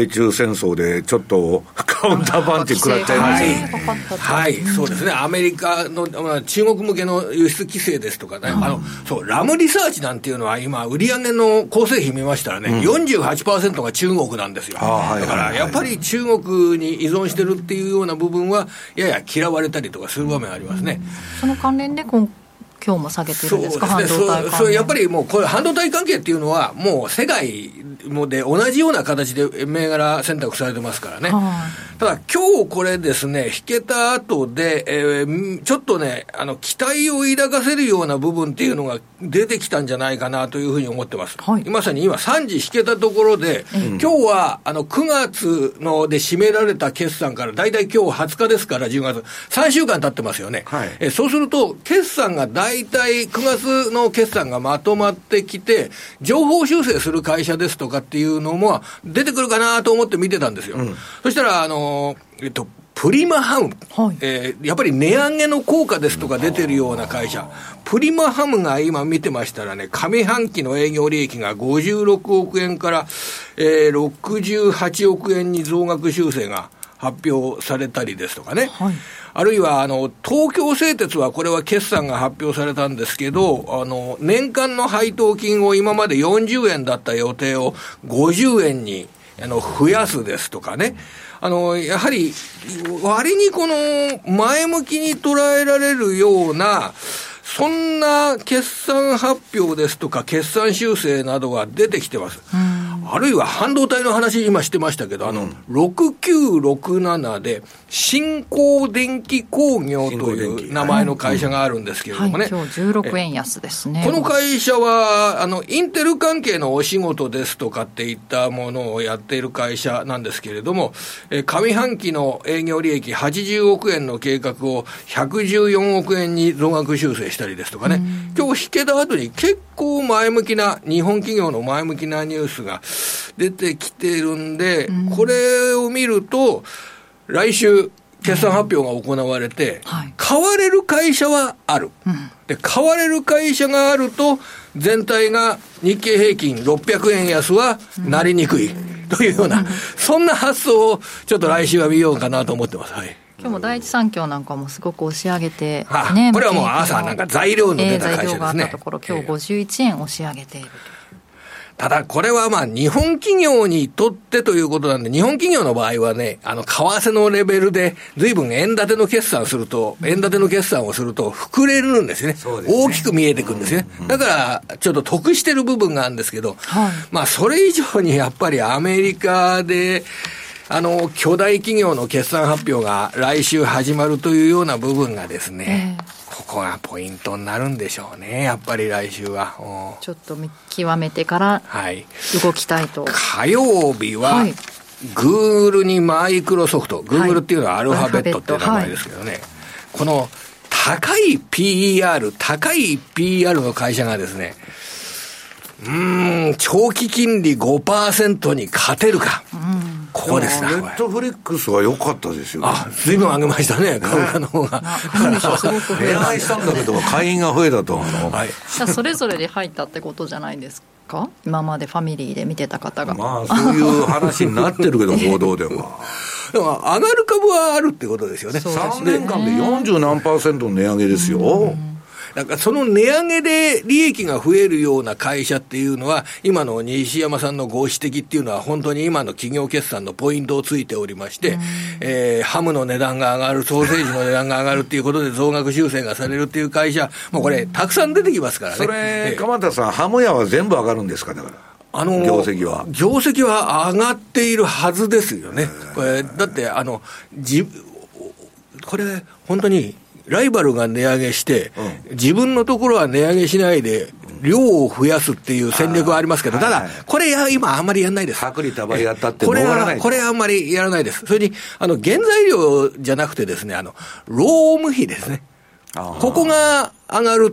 米中戦争でちょっとカウンターパンチ食らっちゃいましたね。 はい、そうですね。アメリカの、まあ、中国向けの輸出規制ですとかね、うん、あのそうラムリサーチなんていうのは今売上の構成比見ましたらね、うん、よんじゅうはちパーセント が中国なんですよ。だからやっぱり中国に依存してるっていうような部分はやや嫌われたりとかする場面ありますね。 その関連で今今日も下げてるんですか、 そうですね、 半導体関連。 そう、そうやっぱりもうこれ半導体関係っていうのはもう世界もで同じような形で銘柄選択されてますからね。はあ、ただ今日これですね、引けた後で、えー、ちょっとね、あの期待を抱かせるような部分っていうのが出てきたんじゃないかなというふうに思ってます。はい、まさに今さんじ引けたところで、うん、今日はあのくがつので締められた決算からだいたい今日はつかですからじゅうがつさんしゅうかん経ってますよね。はい、えー、そうすると決算がだいたいくがつの決算がまとまってきて情報修正する会社ですとかっていうのも出てくるかなと思って見てたんですよ。うん、そしたらあのえっとプリマハム、はい、えー、やっぱり値上げの効果ですとか出てるような会社、プリマハムが今見てましたらね、上半期の営業利益がごじゅうろくおくえんから、えー、ろくじゅうはちおくえんに増額修正が発表されたりですとかね。はい、あるいはあの東京製鉄はこれは決算が発表されたんですけど、あの年間の配当金を今までよんじゅうえんだった予定をごじゅうえんにあの増やすですとかね。あのやはり割にこの前向きに捉えられるようなそんな決算発表ですとか決算修正などが出てきてます。あるいは半導体の話今してましたけど、あのろくきゅうろくななで新興電気工業という名前の会社があるんですけれどもね、 はい、今日じゅうろくえん安ですね。 この会社はあのインテル関係のお仕事ですとかっていったものをやっている会社なんですけれども、え上半期の営業利益はちじゅうおくえんの計画をひゃくじゅうよんおくえんに増額修正したりですとかね、今日引けた後に結構前向きな日本企業の前向きなニュースが出てきてるんで、うん、これを見ると来週決算発表が行われて、うん、はい、買われる会社はある、うん、で買われる会社があると全体が日経平均ろっぴゃくえん安はなりにくい、うん、というような、うん、そんな発想をちょっと来週は見ようかなと思ってます。はい、 今日も第一三共なんかもすごく押し上げて、 ね、これはもう朝なんか材料の出た会社ですね。 材料があったところ今日ごじゅういちえん押し上げている。 ただこれはまあ日本企業にとってということなんで、日本企業の場合はね、あの為替のレベルで随分円建ての決算すると、円建ての決算をすると膨れるんですね。そうですね。大きく見えてくるんですね。だからちょっと得してる部分があるんですけど、はい、まあそれ以上にやっぱりアメリカであの巨大企業の決算発表が来週始まるというような部分がですね、えーここがポイントになるんでしょうね、やっぱり来週は。 ちょっと見極めてから動きたいと。 はい、火曜日は、はい、グーグルにマイクロソフト、グーグルっていうのはアルファベットっていう名前ですけどね、はい、この高い ピーイーアール、高い ピーイーアール の会社がですね、うーん、長期金利 ごパーセント に勝てるか。うん、ここですね。 ネットフリックスは良かったですよね。 あ、随分上げましたね、株価の方が。 値上がりしたんだけど、会員が増えたと思う。はい。 じゃあそれぞれで入ったってことじゃないですか、今までファミリーで見てた方が。 まあ、そういう話になってるけど、報道では。 でも上がる株はあるってことですよね。 さんねんかんでよんじゅうなんパーセントの値上げですよ。うんなんかその値上げで利益が増えるような会社っていうのは、今の西山さんのご指摘っていうのは本当に今の企業決算のポイントをついておりまして、えー、ハムの値段が上がる、ソーセージの値段が上がるっていうことで増額修正がされるっていう会社、もうこれたくさん出てきますからね。 それ、鎌田さん、ハム屋は全部上がるんですか、だから。 あの業績は業績は上がっているはずですよね。これだってあのじこれ本当にライバルが値上げして、うん、自分のところは値上げしないで量を増やすっていう戦略はありますけど、ただ、はいはい、これや今あんまりやんないです。 薄利多売やったってこれはこれはあんまりやらないです。それにあの原材料じゃなくてですね、あの労務費ですね。ここが上がると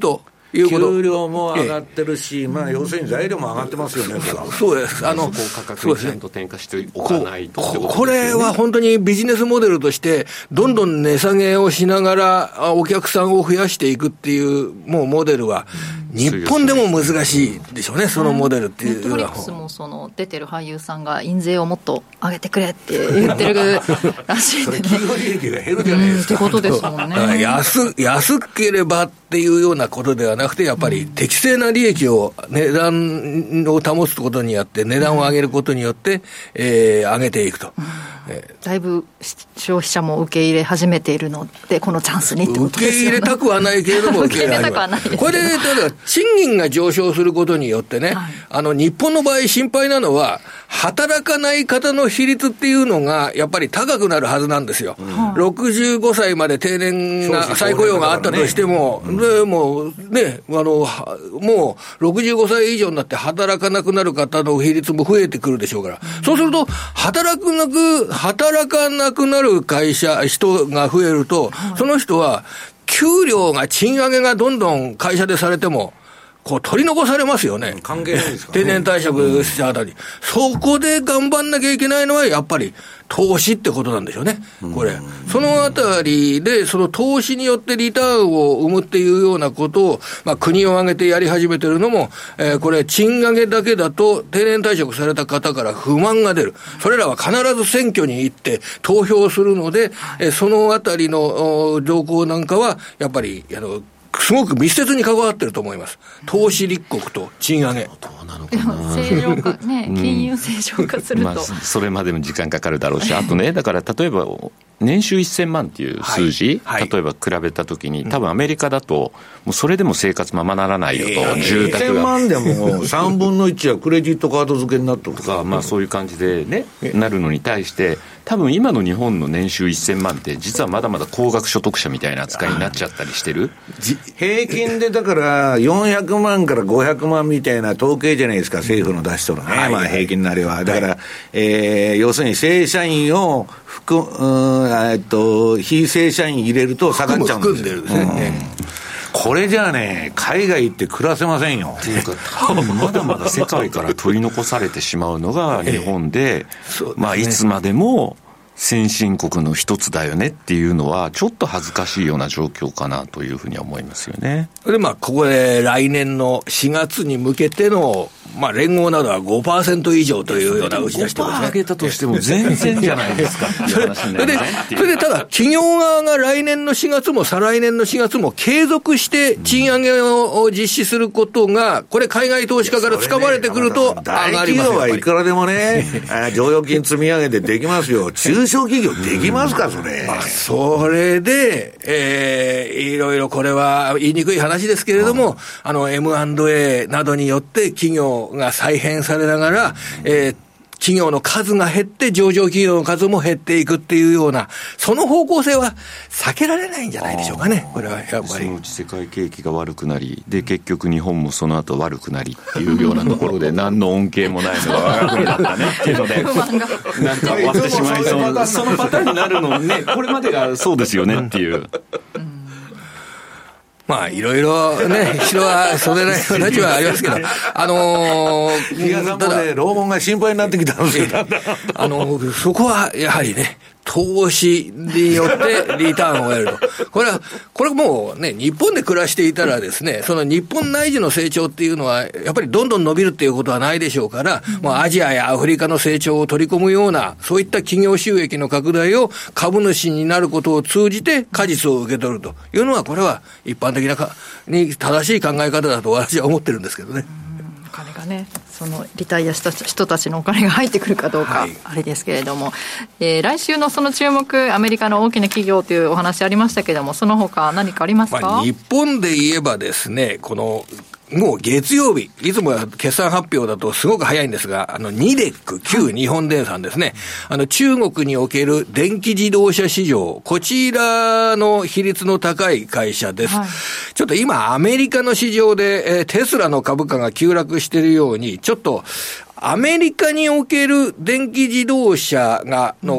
給料も上がってるし、ええ、まあ、要するに材料も上がってますよね。 そうです。 あの、価格にちゃんと転嫁しておかないとってことですよね。 これは本当にビジネスモデルとして、どんどん値下げをしながら、お客さんを増やしていくっていう、もうモデルは、日本でも難しいでしょうね、そのモデルっていうのは。 ネットフリックスもその出てる俳優さんが印税をもっと上げてくれって言ってるらしいんでね。 企業利益が減るじゃないですか。 ってことですもんね。 安、安ければっていうようなことではなくて、やっぱり適正な利益を、値段を保つことによって、値段を上げることによって、えー、上げていくと。 えー、だいぶ消費者も受け入れ始めているので、このチャンスにってことですよね。 受け入れたくはないけれども、 受け入れたくはないですね。 これで、ただ、賃金が上昇することによってね、はい、あの、日本の場合心配なのは、働かない方の比率っていうのが、やっぱり高くなるはずなんですよ。うん、ろくじゅうごさいまで定年が、再雇用があったとしても、ね、でもう、ね、あの、もう、ろくじゅうごさい以上になって働かなくなる方の比率も増えてくるでしょうから、うん、そうすると、働くなく、働かなくなる会社、人が増えると、はい、その人は、給料が、賃上げがどんどん会社でされても、こう取り残されますよね。 関係ないですかね。 定年退職したあたり、うん。そこで頑張んなきゃいけないのは、やっぱり投資ってことなんでしょうね。これ。そのあたりで、その投資によってリターンを生むっていうようなことを、まあ国を挙げてやり始めてるのも、えー、これ、賃上げだけだと定年退職された方から不満が出る。それらは必ず選挙に行って投票するので、えー、そのあたりの動向なんかは、やっぱり、あの、すごく密接に関わってると思います。投資立国と賃上げ。どうなのかな。正常化、ね、金融正常化すると、 うんまあ、それまでも時間かかるだろうし、あとね、だから例えば、年収せんまんっていう数字、はいはい、例えば比べたときに、多分アメリカだと、もうそれでも生活ままならないよと、えー、住宅が。せんまんでもさんぶんのいちはクレジットカード付けになったとか、まあそういう感じでね、なるのに対して、多分今の日本の年収せんまんって実はまだまだ高額所得者みたいな扱いになっちゃったりしてる。 平均でだからよんひゃくまんからごひゃくまんみたいな統計じゃないですか、政府の出しとるね、はい、まあ平均なりは。だから、はい、えー、要するに正社員を含、うん、えっと、非正社員入れると下がっちゃうんですよ。含んでるんですね。うんこれじゃあね、海外行って暮らせませんよ。 っていうか、多分まだまだ世界から取り残されてしまうのが日本で、ええね、まあいつまでも先進国の一つだよねっていうのは、ちょっと恥ずかしいような状況かなというふうには思いますよね。 で、まあ、ここで来年のしがつに向けての、まあ、連合などは ごパーセント 以上というような打ち出してますね。 上げたとしても全然じゃないですかっていう話になるね。 それで、ただ、企業側が来年のしがつも再来年のしがつも継続して賃上げを実施することが、これ海外投資家から掴まれてくると上がります。 大企業はいくらでもね、剰余金積み上げてできますよ。中小企業できますか、それ。 まあ、それで、えー、いろいろこれは言いにくい話ですけれども、あの、エムアンドエー などによって企業が再編されながら、えー、企業の数が減って上場企業の数も減っていくっていうような、その方向性は避けられないんじゃないでしょうかね。これはやっぱりそのうち世界景気が悪くなりで、結局日本もその後悪くなりっていうようなところで何の恩恵もないのが我が国だったねっていうのでなんか終わってしまいそうそのパターンになるのね、これまでがそうですよねっていう。 まあ、いろいろね、人はそれなりの話はありますけど、あのー、 比嘉さんもね、老後が心配になってきたんですよ。 あのー、そこはやはりね、投資によってリターンを得ると。これは、これもうね、日本で暮らしていたらですね、その日本内需の成長っていうのは、やっぱりどんどん伸びるっていうことはないでしょうから、うん、もうアジアやアフリカの成長を取り込むような、そういった企業収益の拡大を株主になることを通じて果実を受け取るというのは、これは一般的なかに正しい考え方だと私は思ってるんですけどね。 お金がね、そのリタイアした人たちのお金が入ってくるかどうか、はい、あれですけれども、えー、来週のその注目、アメリカの大きな企業というお話ありましたけれども、その他何かありますか？ まあ、日本で言えばですね、このもう月曜日、いつもは決算発表だとすごく早いんですが、あの、ニデック、旧日本電産ですね。あの、中国における電気自動車市場、こちらの比率の高い会社です。はい、ちょっと今、アメリカの市場で、えー、テスラの株価が急落しているように、ちょっと、アメリカにおける電気自動車が、の、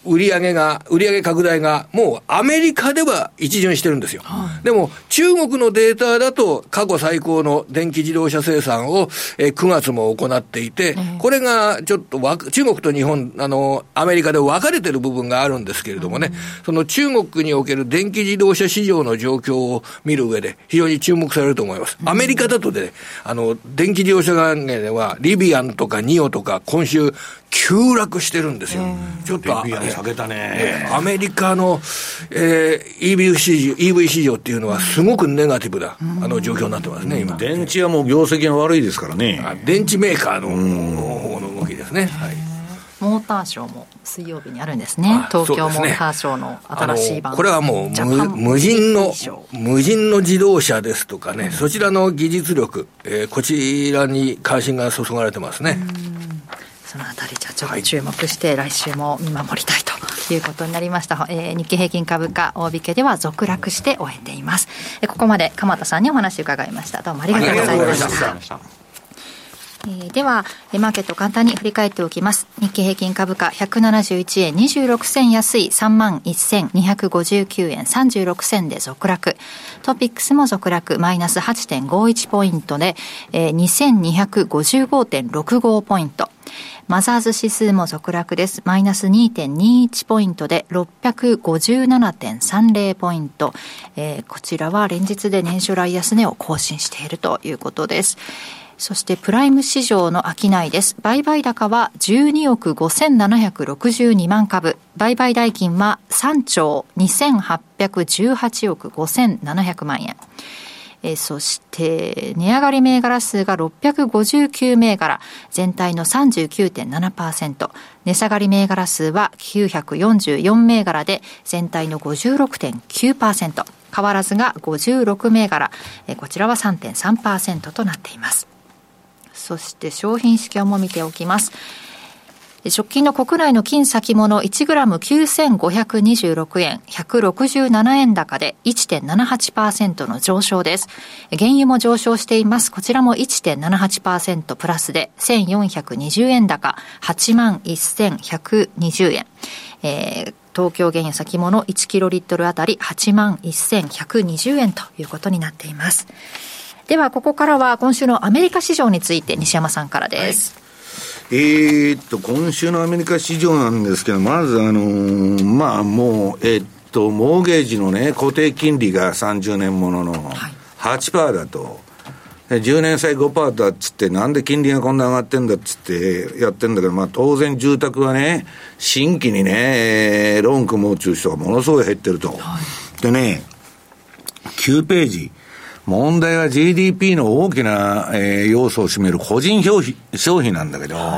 売上が、売上拡大が、もうアメリカでは一巡してるんですよ。はい、でも、中国のデータだと、過去最高の電気自動車生産を、えー、くがつも行っていて、えー、これがちょっとわ、中国と日本、あの、アメリカで分かれてる部分があるんですけれどもね、うん、その中国における電気自動車市場の状況を見る上で、非常に注目されると思います。うん、アメリカだとね、あの、電気自動車関係では、リビアンとかニオとか、今週、急落してるんですよ。ちょっと、 リビアン下げたね。 アメリカの、えー、イーブイ 市場、イーブイ 市場っていうのはすごくネガティブな、あの状況になってますね、今。 電池はもう業績が悪いですからね。 あ、電池メーカーの方の動きですね。はい。 モーターショーも水曜日にあるんですね。東京モーターショーの新しい版。 これはもう無、無人の、無人の自動車ですとかね、うん、そちらの技術力、えー、こちらに関心が注がれてますね。 そのあたりじゃちょっと注目して、はい、来週も見守りたいということになりました。えー、日経平均株価大引けでは続落して終えています。えー、ここまで鎌田さんにお話を伺いました。どうもありがとうございました。えー、ではマーケット簡単に振り返っておきます。日経平均株価ひゃくななじゅういちえんにじゅうろくせん安い さんまんせんにひゃくごじゅうきゅうえんさんじゅうろくせんで続落。トピックスも続落マイナス はちてんごいち ポイントで、えー、にせんにひゃくごじゅうごてんろくご ポイント。マザーズ指数も続落です。マイナス にてんにいち ポイントで ろっぴゃくごじゅうななてんさんぜろ ポイント、えー、こちらは連日で年初来安値を更新しているということです。そしてプライム市場の商いです。売買高はじゅうにおくごせんななひゃくろくじゅうにまん株。売買代金はさんちょうにせんはっぴゃくじゅうはちおくごせんななひゃくまんえん。えー、そして値上がり銘柄数がろっぴゃくごじゅうきゅう銘柄、全体の さんじゅうきゅうてんななパーセント。値下がり銘柄数はきゅうひゃくよんじゅうよん銘柄で全体の ごじゅうろくてんきゅうパーセント。変わらずがごじゅうろく銘柄、えー、こちらは さんてんさんパーセント となっています。そして商品指標も見ておきます。直近の国内の金先物 いちグラムきゅうせんごひゃくにじゅうろくえん、ひゃくろくじゅうななえん高で いちてんななはちパーセント の上昇です。原油も上昇しています。こちらも いちてんななはちパーセント プラスでせんよんひゃくにじゅうえん高、はちまんせんひゃくにじゅうえん。えー、東京原油先物いちキロリットルあたり はちまんせんひゃくにじゅうえんということになっています。ではここからは今週のアメリカ市場について西山さんからです。 はい、えー、っと今週のアメリカ市場なんですけど、まずあのー、まあもうえー、っとモーゲージのね固定金利がさんじゅうねんものの はちパーセント だと、じゅうねん債 ごパーセント だっつって、なんで金利がこんな上がってんだっつってやってんだけど、まあ当然住宅はね新規にねローン組もう中人がものすごい減ってると、はい、でねきゅうページ、問題は ジーディーピー の大きな、えー、要素を占める個人消費、消費なんだけど、はい、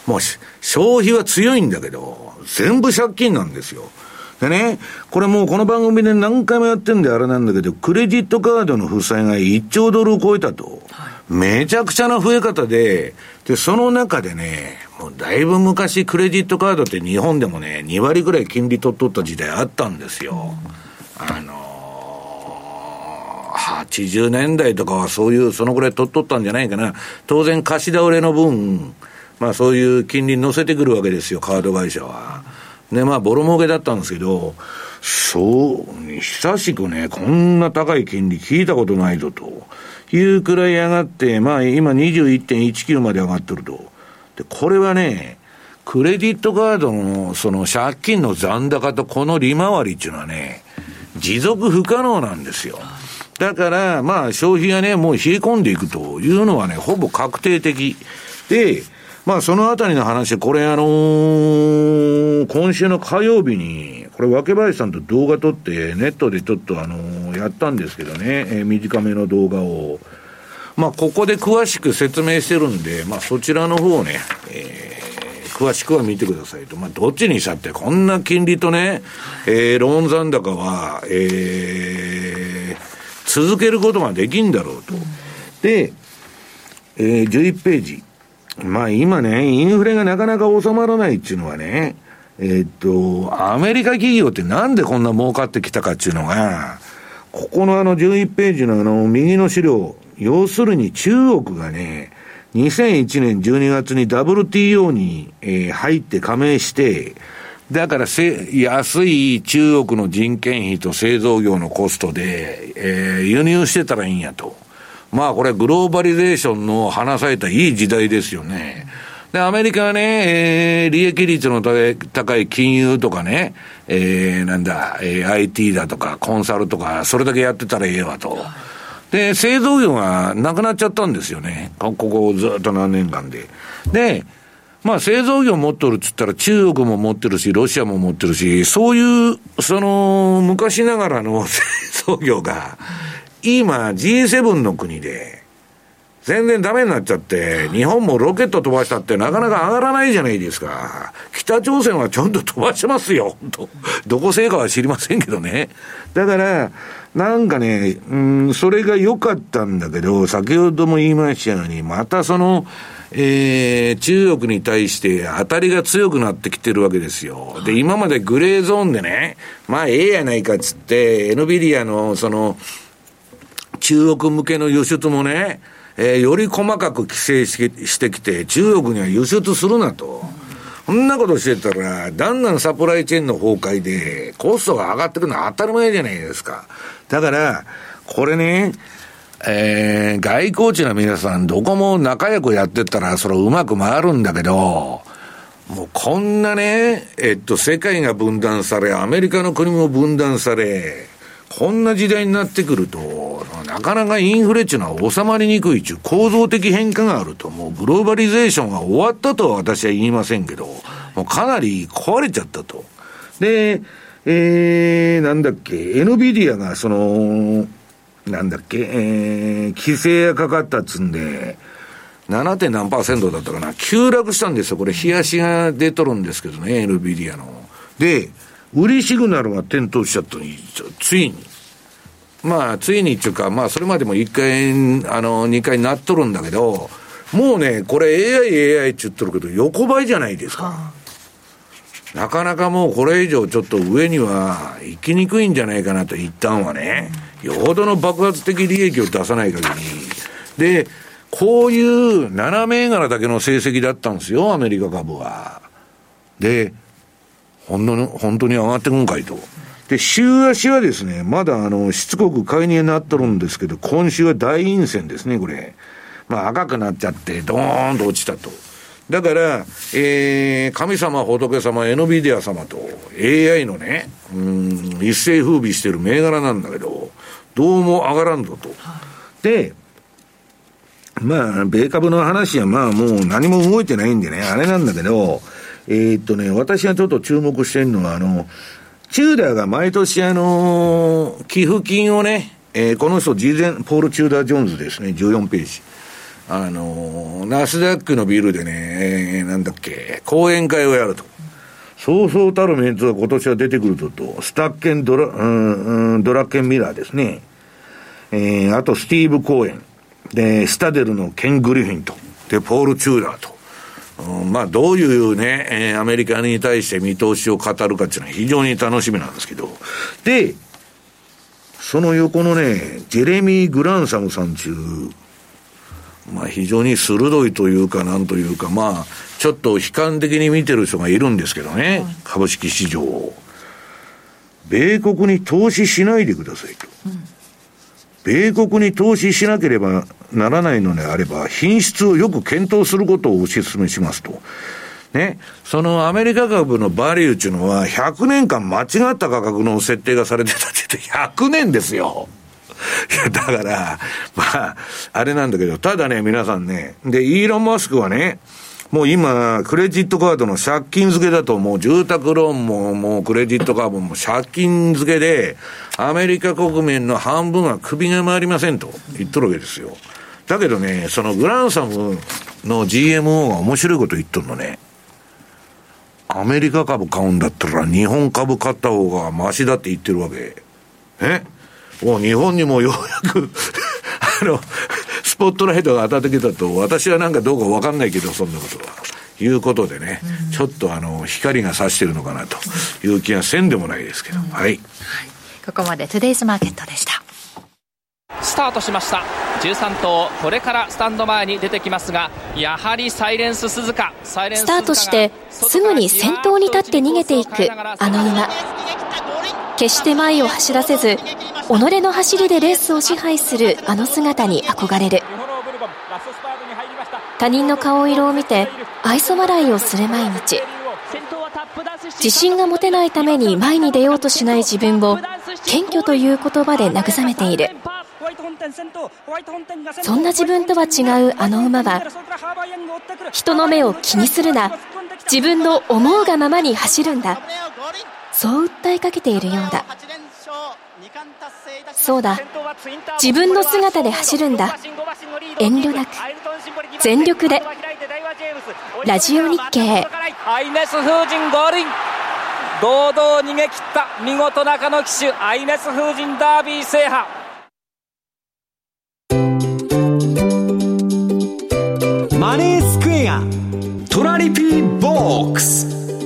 もう消費は強いんだけど、全部借金なんですよ。でね、これもうこの番組で何回もやってんであれなんだけど、クレジットカードの負債がいっちょうドルを超えたと。はい、めちゃくちゃな増え方で、で、その中でね、もうだいぶ昔クレジットカードって日本でもね、にわりぐらい金利取っとった時代あったんですよ。うん、あの、はちじゅうねんだいとかはそういうそのぐらい取っとったんじゃないかな。当然貸し倒れの分、まあそういう金利に乗せてくるわけですよ、カード会社は。でまあボロ儲けだったんですけど、そう久しくねこんな高い金利聞いたことないぞというくらい上がって、まあ今 にじゅういってんいちきゅう まで上がってると。でこれはねクレジットカードのその借金の残高とこの利回りっていうのはね持続不可能なんですよ。だから、まあ、消費がね、もう冷え込んでいくというのはね、ほぼ確定的。で、まあ、そのあたりの話、これあのー、今週の火曜日に、これ、若林さんと動画撮って、ネットでちょっとあのー、やったんですけどね、えー、短めの動画を。まあ、ここで詳しく説明してるんで、まあ、そちらの方をね、えー、詳しくは見てくださいと。まあ、どっちにしたって、こんな金利とね、えー、ローン残高は、えー、続けることができんだろうと。で、えー、じゅういちページ。まあ今ね、インフレがなかなか収まらないっていうのはね、えー、っと、アメリカ企業ってなんでこんな儲かってきたかっていうのが、ここのあのじゅういちページのあの右の資料、要するに中国がね、にせんいちねんじゅうにがつに ダブリューティーオー に、えー、入って加盟して、 だからせ安い中国の人件費と製造業のコストで、えー、輸入してたらいいんやと。まあこれグローバリゼーションの話されたいい時代ですよね。で、アメリカはね、えー、利益率の高い金融とかね、えー、なんだ、えー、アイティー だとかコンサルとか、それだけやってたらええわと。で、製造業がなくなっちゃったんですよね。ここずっと何年間で。で、まあ製造業持っとるっつったら中国も持ってるし、ロシアも持ってるし、そういう、その、昔ながらの製造業が、今 ジーセブン の国で、全然ダメになっちゃって、日本もロケット飛ばしたってなかなか上がらないじゃないですか。北朝鮮はちょっと飛ばしてますよ。ど、どこ製かは知りませんけどね。だから、なんかね、うん、それが良かったんだけど、先ほども言いましたように、またその、えー、中国に対して当たりが強くなってきてるわけですよ。で、今までグレーゾーンでね、まあ、ええやないかっつって、エヌビディアのその、中国向けの輸出もね、えー、より細かく規制ししてきて、中国には輸出するなと。そんなことしてたら、だんだんサプライチェーンの崩壊で、コストが上がってくるのは当たり前じゃないですか。だから、これね、えー、外交地の皆さん、どこも仲良くやってったら、それうまく回るんだけど、もうこんなね、えっと、世界が分断され、アメリカの国も分断され、こんな時代になってくると、なかなかインフレっていうのは収まりにくいっていう構造的変化があると、もうグローバリゼーションが終わったとは私は言いませんけど、もうかなり壊れちゃったと。で、えー、なんだっけ、エヌビディアがその、なんだっけ、えー、規制がかかったっつんで、なな. 何パーセントだったかな、急落したんですよ。これ、冷やしが出とるんですけどね、エヌビディアの。で、売りシグナルが点灯しちゃったのに、ついに。まあ、ついにっていうか、まあ、それまでもいっかい、あの、にかいなっとるんだけど、もうね、これ エーアイ、エーアイ って言っとるけど、横ばいじゃないですか。はあ、なかなかもうこれ以上ちょっと上には行きにくいんじゃないかなと、一旦はね。よほどの爆発的利益を出さない限り。で、こういうなな銘柄だけの成績だったんですよ、アメリカ株は。で、本当に、本当に上がってくんかいと。で、週足はですね、まだあの、しつこく買いになっとるんですけど、今週は大陰線ですね、これ。まあ赤くなっちゃって、ドーンと落ちたと。だから、えー、神様、仏様、エヌビディア様と エーアイ のね、うん、一世風靡してる銘柄なんだけど、どうも上がらんぞと。で、まあ、米株の話はまあもう何も動いてないんでね、あれなんだけど、えー、っとね、私がちょっと注目してるのは、あの、チューダーが毎年あのー、寄付金をね、えー、この人、事前、ポール・チューダー・ジョーンズですね、じゅうよんページ。あのー、ナスダックのビルでね、えー、なんだっけ、講演会をやると。そうそうたるメンツが今年は出てくると、とスタッケンドラ、うん、うん、ドラッケンミラーですね。えー、あとスティーブ・コーエン。で、スタデルのケン・グリフィンと。で、ポール・チューダーと。うん、まあ、どういうね、えー、アメリカに対して見通しを語るかっていうのは非常に楽しみなんですけど。で、その横のね、ジェレミー・グランサムさんちゅう、まあ、非常に鋭いというか、なんというか、まあ、ちょっと悲観的に見てる人がいるんですけどね、はい、株式市場を。米国に投資しないでくださいと。うん、米国に投資しなければならないのであれば、品質をよく検討することをお勧めしますと。ね。そのアメリカ株のバリューっていうのは、ひゃくねんかん間違った価格の設定がされてたって言って、ひゃくねんですよ。いや、だから、まあ、あれなんだけど、ただね、皆さんね、で、イーロン・マスクはね、もう今、クレジットカードの借金付けだと、もう住宅ローンも、もうクレジットカードも借金付けで、アメリカ国民の半分は首が回りませんと言っとるわけですよ。だけどね、そのグランサムの ジーエムオー が面白いこと言っとるのね。アメリカ株買うんだったら日本株買った方がマシだって言ってるわけ。えもう日本にもようやく、あの、スポットライトが当たってきたと、私はなんかどうかわかんないけど、そんなことは。いうことでね、うん、ちょっとあの、光が差してるのかなという気がせんでもないですけど、うん、はい。 ここまでトゥデイズマーケットでした。 スタートしました。じゅうさんとうこれからスタンド前に出てきますが、やはりサイレンス鈴鹿サイレンススタートしてすぐに先頭に立って逃げていくあの馬、決して前を走らせず己の走りでレースを支配するあの姿に憧れる。他人の顔色を見て愛想笑いをする毎日。自信が持てないために前に出ようとしない自分を謙虚という言葉で慰めている。そんな自分とは違うあの馬は、人の目を気にするな、自分の思うがままに走るんだ、そう訴えかけているようだ。そうだ、自分の姿で走るんだ、遠慮なく全力で。ラジオ日経。 アイネス風神ゴールイン、堂々逃げ切った見事中野騎手、アイネス風神ダービー制覇。 マネースクエアトラリピーボックス。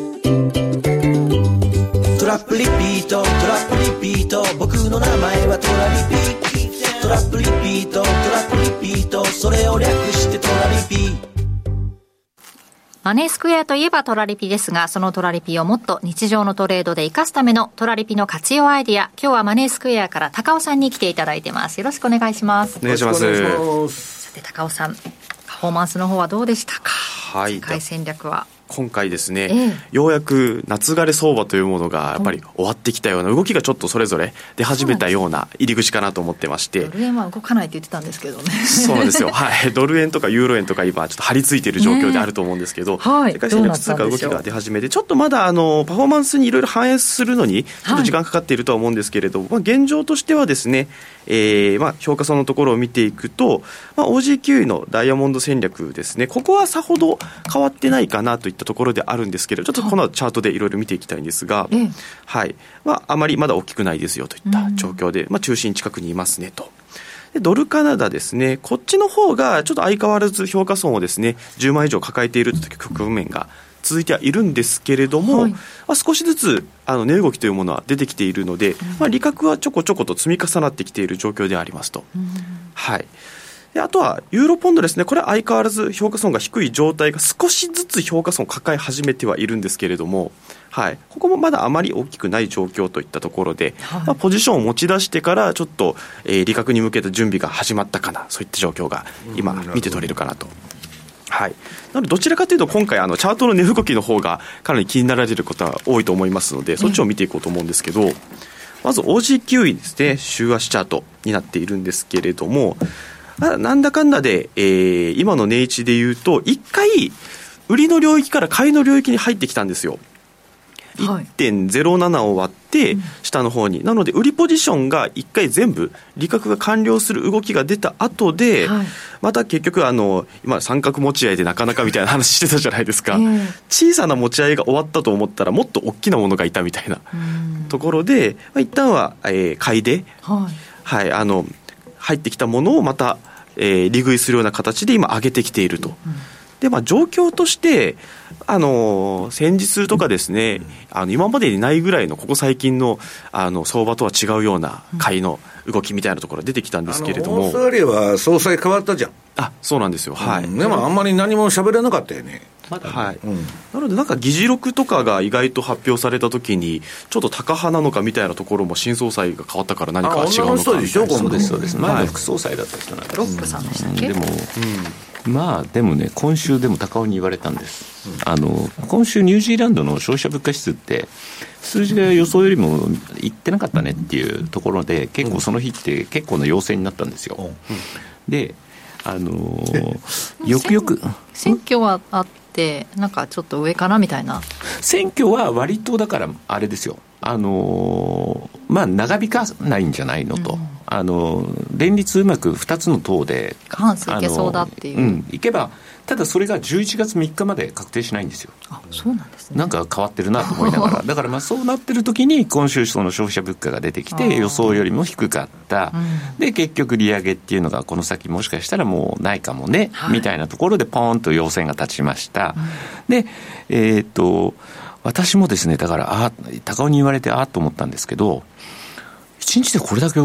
トラップリピートトラップリピート、僕の名前はトラリピ。トラップリピートトラップリピート、それを略してトラリピ。 マネースクエアといえばトラリピですが、そのトラリピをもっと日常のトレードで活かすためのトラリピの活用アイディア、今日はマネースクエアから高尾さんに来ていただいてます。よろしくお願いします。 お願いします。 さて高尾さん、パフォーマンスの方はどうでしたか。はい、世界戦略は今回ですね、 ええ、 ようやく夏枯れ相場というものがやっぱり終わってきたような、動きがちょっとそれぞれ出始めたような入り口かなと思ってまして、 ドル円は動かないって言ってたんですけどね。 そうなんですよ、はい、ドル円とかユーロ円とか今ちょっと張り付いている状況であると思うんですけど、ね、はい、世界戦略通貨動きが出始めて、ちょっとまだあのパフォーマンスにいろいろ反映するのにちょっと時間かかっているとは思うんですけれど、はい、まあ、現状としてはですね、えーまあ、評価損のところを見ていくと、まあ、オージーキューイー のダイヤモンド戦略ですね、ここはさほど変わってないかなといったところであるんですけど、ちょっとこの後チャートでいろいろ見ていきたいんですが、うん、はい、まあ、あまりまだ大きくないですよといった状況で、うん、まあ、中心近くにいますねと。でドルカナダですね、こっちの方がちょっと相変わらず評価損をですねじゅうまん以上抱えているという局面が続いてはいるんですけれども、はい、まあ、少しずつあの値動きというものは出てきているので、うん、まあ、利確はちょこちょこと積み重なってきている状況でありますと、うん、はい。であとはユーロポンドですね、これは相変わらず評価損が低い状態が少しずつ評価損を抱え始めてはいるんですけれども、はい、ここもまだあまり大きくない状況といったところで、はい、まあ、ポジションを持ち出してからちょっと、えー、利確に向けた準備が始まったかな、そういった状況が今見て取れるかなと。はい、なのでどちらかというと今回あのチャートの値動きの方がかなり気になられることは多いと思いますので、そっちを見ていこうと思うんですけど、まず オージーキューイー ですね、週足チャートになっているんですけれども、なんだかんだで、えー、今の値位置でいうといっかい売りの領域から買いの領域に入ってきたんですよ。はい、いってんゼロなな を割って下の方に、うん、なので売りポジションがいっかい全部利確が完了する動きが出た後で、はい、また結局あの今三角持ち合いでなかなかみたいな話してたじゃないですか、えー、小さな持ち合いが終わったと思ったらもっと大きなものがいたみたいなところで、まあ、一旦は、えー、買いで、はいはい、あの入ってきたものをまた、えー、利食いするような形で今上げてきていると、うん、でまあ、状況としてあの先日とかですね、あの今までにないぐらいのここ最近のあの相場とは違うような買いの動きみたいなところが出てきたんですけれども、 オーストラリアは総裁変わったじゃん。 あ、そうなんですよ、はい、うん、 でもあんまり何も喋れなかったよね。 まだね、はい、うん、なのでなんか議事録とかが意外と発表されたときにちょっと高派なのかみたいなところも新総裁が変わったから何か違うのかみたいな。そうですそうです。前の副総裁だった人なんです。 ロックさんでしたっけ、 うん、でも、うん、まあでもね、今週でも高尾に言われたんです、うん、あの今週ニュージーランドの消費者物価指数って数字が予想よりもいってなかったねっていうところで、結構その日って結構な陽性になったんですよ、うん、であのー、よくよく選挙はあってなんかちょっと上かなみたいな。 選挙は割とだからあれですよ、あのー、まあ長引かないんじゃないのと、うん、あのー、連立うまくふたつの党で過半数いけそうだっていう、 うん、いけば、ただそれがじゅういちがつみっかまで確定しないんですよ。 あ、そうなんですね。 なんか変わってるなと思いながらだからまあそうなってる時に今週その消費者物価が出てきて予想よりも低かった、うん、で結局利上げっていうのがこの先もしかしたらもうないかもね、はい、みたいなところでポーンと陽線が立ちました、うん、でえー、っと私もですね、だからあ高尾に言われてあっと思ったんですけど、いちにちでこれだけ動くっ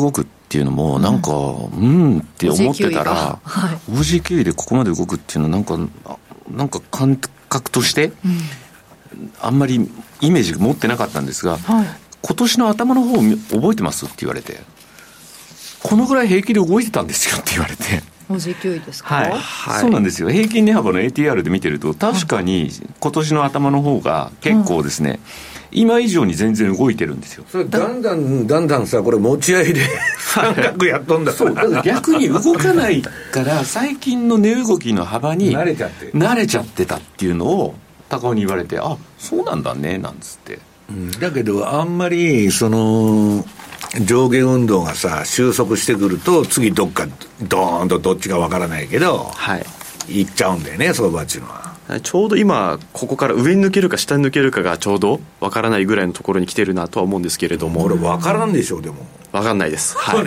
っていうのもなんか、うん、うんって思ってたら オージーキューイー でここまで動くっていうのはなんかなんか感覚として、うん、あんまりイメージ持ってなかったんですが、はい、今年の頭の方覚えてますって言われて、このぐらい平気で動いてたんですよって言われて、 オージーキューイー ですか、 はいはい、そうなんですよ。平均値幅の エーティーアール で見てると確かに今年の頭の方が結構ですね、うん、今以上に全然動いてるんですよ。 それだんだんだんだんさ、これ持ち合いで三角やっとんだそうだから逆に動かないから最近の値動きの幅に慣れちゃって慣れちゃってたっていうのを高尾に言われて、あ、そうなんだねなんつって、 うん、だけどあんまりその上下運動がさ収束してくると次どっかドーンとどっちかわからないけど、はい、行っちゃうんだよね相場っていうのは。 ちょうど今ここから上に抜けるか下に抜けるかがちょうどわからないぐらいのところに来てるなとは思うんですけれども、 これわからんでしょう。でもわかんないです、はい、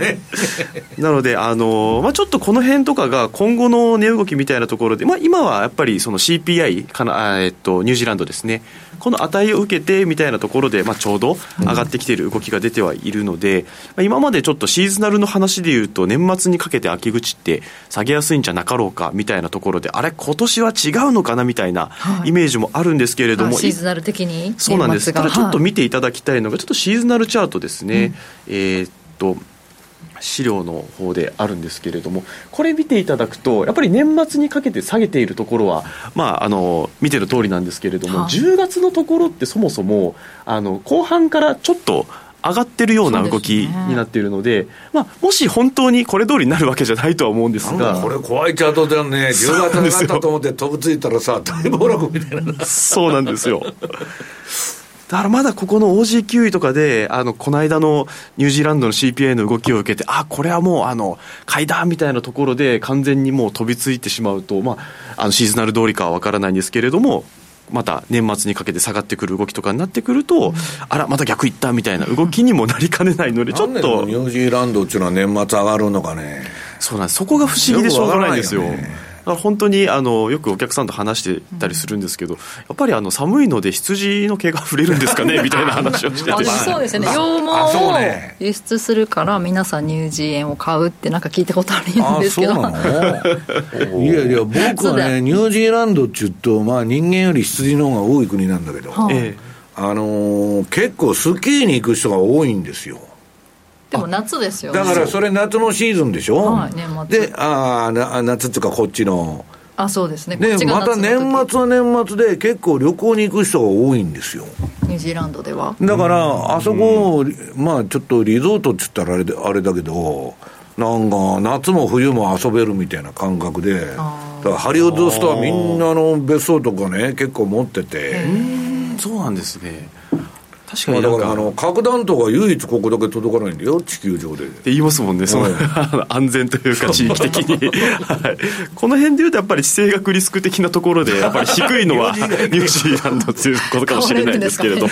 なので、あのーまあ、ちょっとこの辺とかが今後の値動きみたいなところで、まあ、今はやっぱりその シーピーアイ かな、えっと、ニュージーランドですね、この値を受けてみたいなところで、まあ、ちょうど上がってきている動きが出てはいるので、うん、まあ、今までちょっとシーズナルの話でいうと年末にかけて秋口って下げやすいんじゃなかろうかみたいなところで、あれ今年は違うのかなみたいなイメージもあるんですけれども、はい、 シーズナル的にそうなんです。ただちょっと見ていただきたいのがちょっとシーズナルチャートですね、うん、えー、っと資料の方であるんですけれども、これ見ていただくとやっぱり年末にかけて下げているところは、まあ、あの見てる通りなんですけれども、はあ、じゅうがつのところってそもそもあの後半からちょっと上がってるような動きになっているの で, で、ね、まあ、もし本当にこれ通りになるわけじゃないとは思うんですが、 これ怖いチャートだよね。じゅうがつ上がったと思って飛ぶついたらさ大暴落みたいなそうなんですよ。だからまだここの オージーキューイー とかであのこの間のニュージーランドの シーピーアイ の動きを受けて、あ、これはもうあの買いだみたいなところで完全にもう飛びついてしまうと、まあ、あのシーズナル通りかは分からないんですけれども、また年末にかけて下がってくる動きとかになってくると、うん、あらまた逆いったみたいな動きにもなりかねないので、ちょっとニュージーランドっていうのは年末上がるのかね。 そうなんです。そこが不思議でしょうがないんですよ。本当にあのよくお客さんと話してたりするんですけど、やっぱりあの寒いので羊の毛が触れるんですかねみたいな話をしててそうですね、羊毛を輸出するから皆さんニュージー円を買うってなんか聞いたことあるんですけど、 あ、そうなのいやいや僕はねニュージーランドって言うと、まあ、人間より羊の方が多い国なんだけど、はあ、ええ、あのー、結構スキーに行く人が多いんですよ。 でも夏ですよね。 だからそれ夏のシーズンでしょ、はい、年末で、ああ夏っていうかこっちの、 あ、そうですね、 でこっちが夏の時、 また年末は年末で結構旅行に行く人が多いんですよニュージーランドでは。 だからあそこ、うん、まあちょっとリゾートって言ったらあれであれだけど、なんか夏も冬も遊べるみたいな感覚で、だからハリウッドスターみんなの別荘とかね結構持ってて、 うん、そうなんですね。確かに、 まあ、だからあの核弾頭が唯一ここだけ届かないんだよ地球上でって言いますもんね、その、うん、安全というか地域的に、はい、この辺でいうとやっぱり地政学リスク的なところでやっぱり低いのはニュージーランドということかもしれないんですけれども、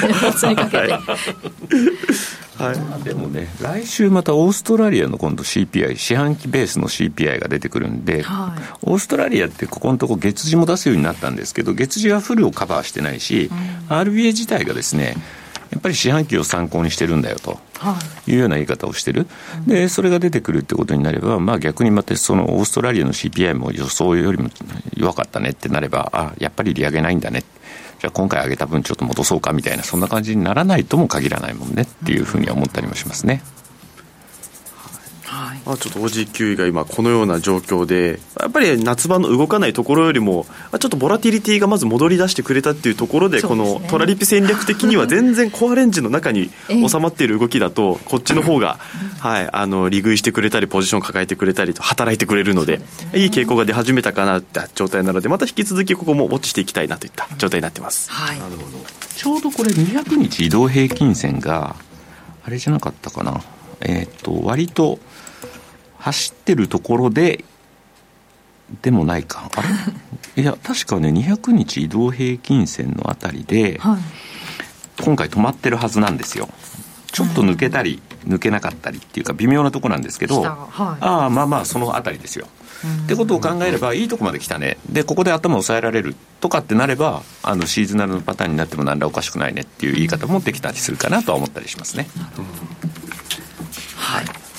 はい、でもね来週またオーストラリアの今度 シーピーアイ 四半期ベースの シーピーアイ が出てくるんで、はい、オーストラリアってここのとこ月次も出すようになったんですけど、月次はフルをカバーしてないし、うん、アールビーエー 自体がですねやっぱり四半期を参考にしてるんだよというような言い方をしてる。でそれが出てくるってことになれば、まあ、逆にまたそのオーストラリアの シーピーアイ も予想よりも弱かったねってなれば、あ、やっぱり利上げないんだね、じゃあ今回上げた分ちょっと戻そうかみたいな、そんな感じにならないとも限らないもんねっていうふうには思ったりもしますね。 はい、まあ、ちょっと オージーキューイー が今このような状況で、やっぱり夏場の動かないところよりもちょっとボラティリティがまず戻り出してくれたっていうところ で, で、ね、このトラリピ戦略的には全然コアレンジの中に収まっている動きだとこっちの方が、はい、あの利食いしてくれたりポジションを抱えてくれたりと働いてくれるの で, で、ね、いい傾向が出始めたかなって状態なので、また引き続きここもウォッチしていきたいなといった状態になってます、はい、なるほど。 ちょうどこれにひゃくにち移動平均線があれじゃなかったかな、えー、と割と走ってるところででもないか、あれいや確かねにひゃくにち移動平均線のあたりで、はい、今回止まってるはずなんですよ。ちょっと抜けたり、うん、抜けなかったりっていうか微妙なとこなんですけど、はい、ああまあまあそのあたりですよ、うん、ってことを考えればいいとこまで来たね、でここで頭を抑えられるとかってなれば、あのシーズナルのパターンになっても何らおかしくないねっていう言い方もできたりするかなとは思ったりしますね、うん、 はい。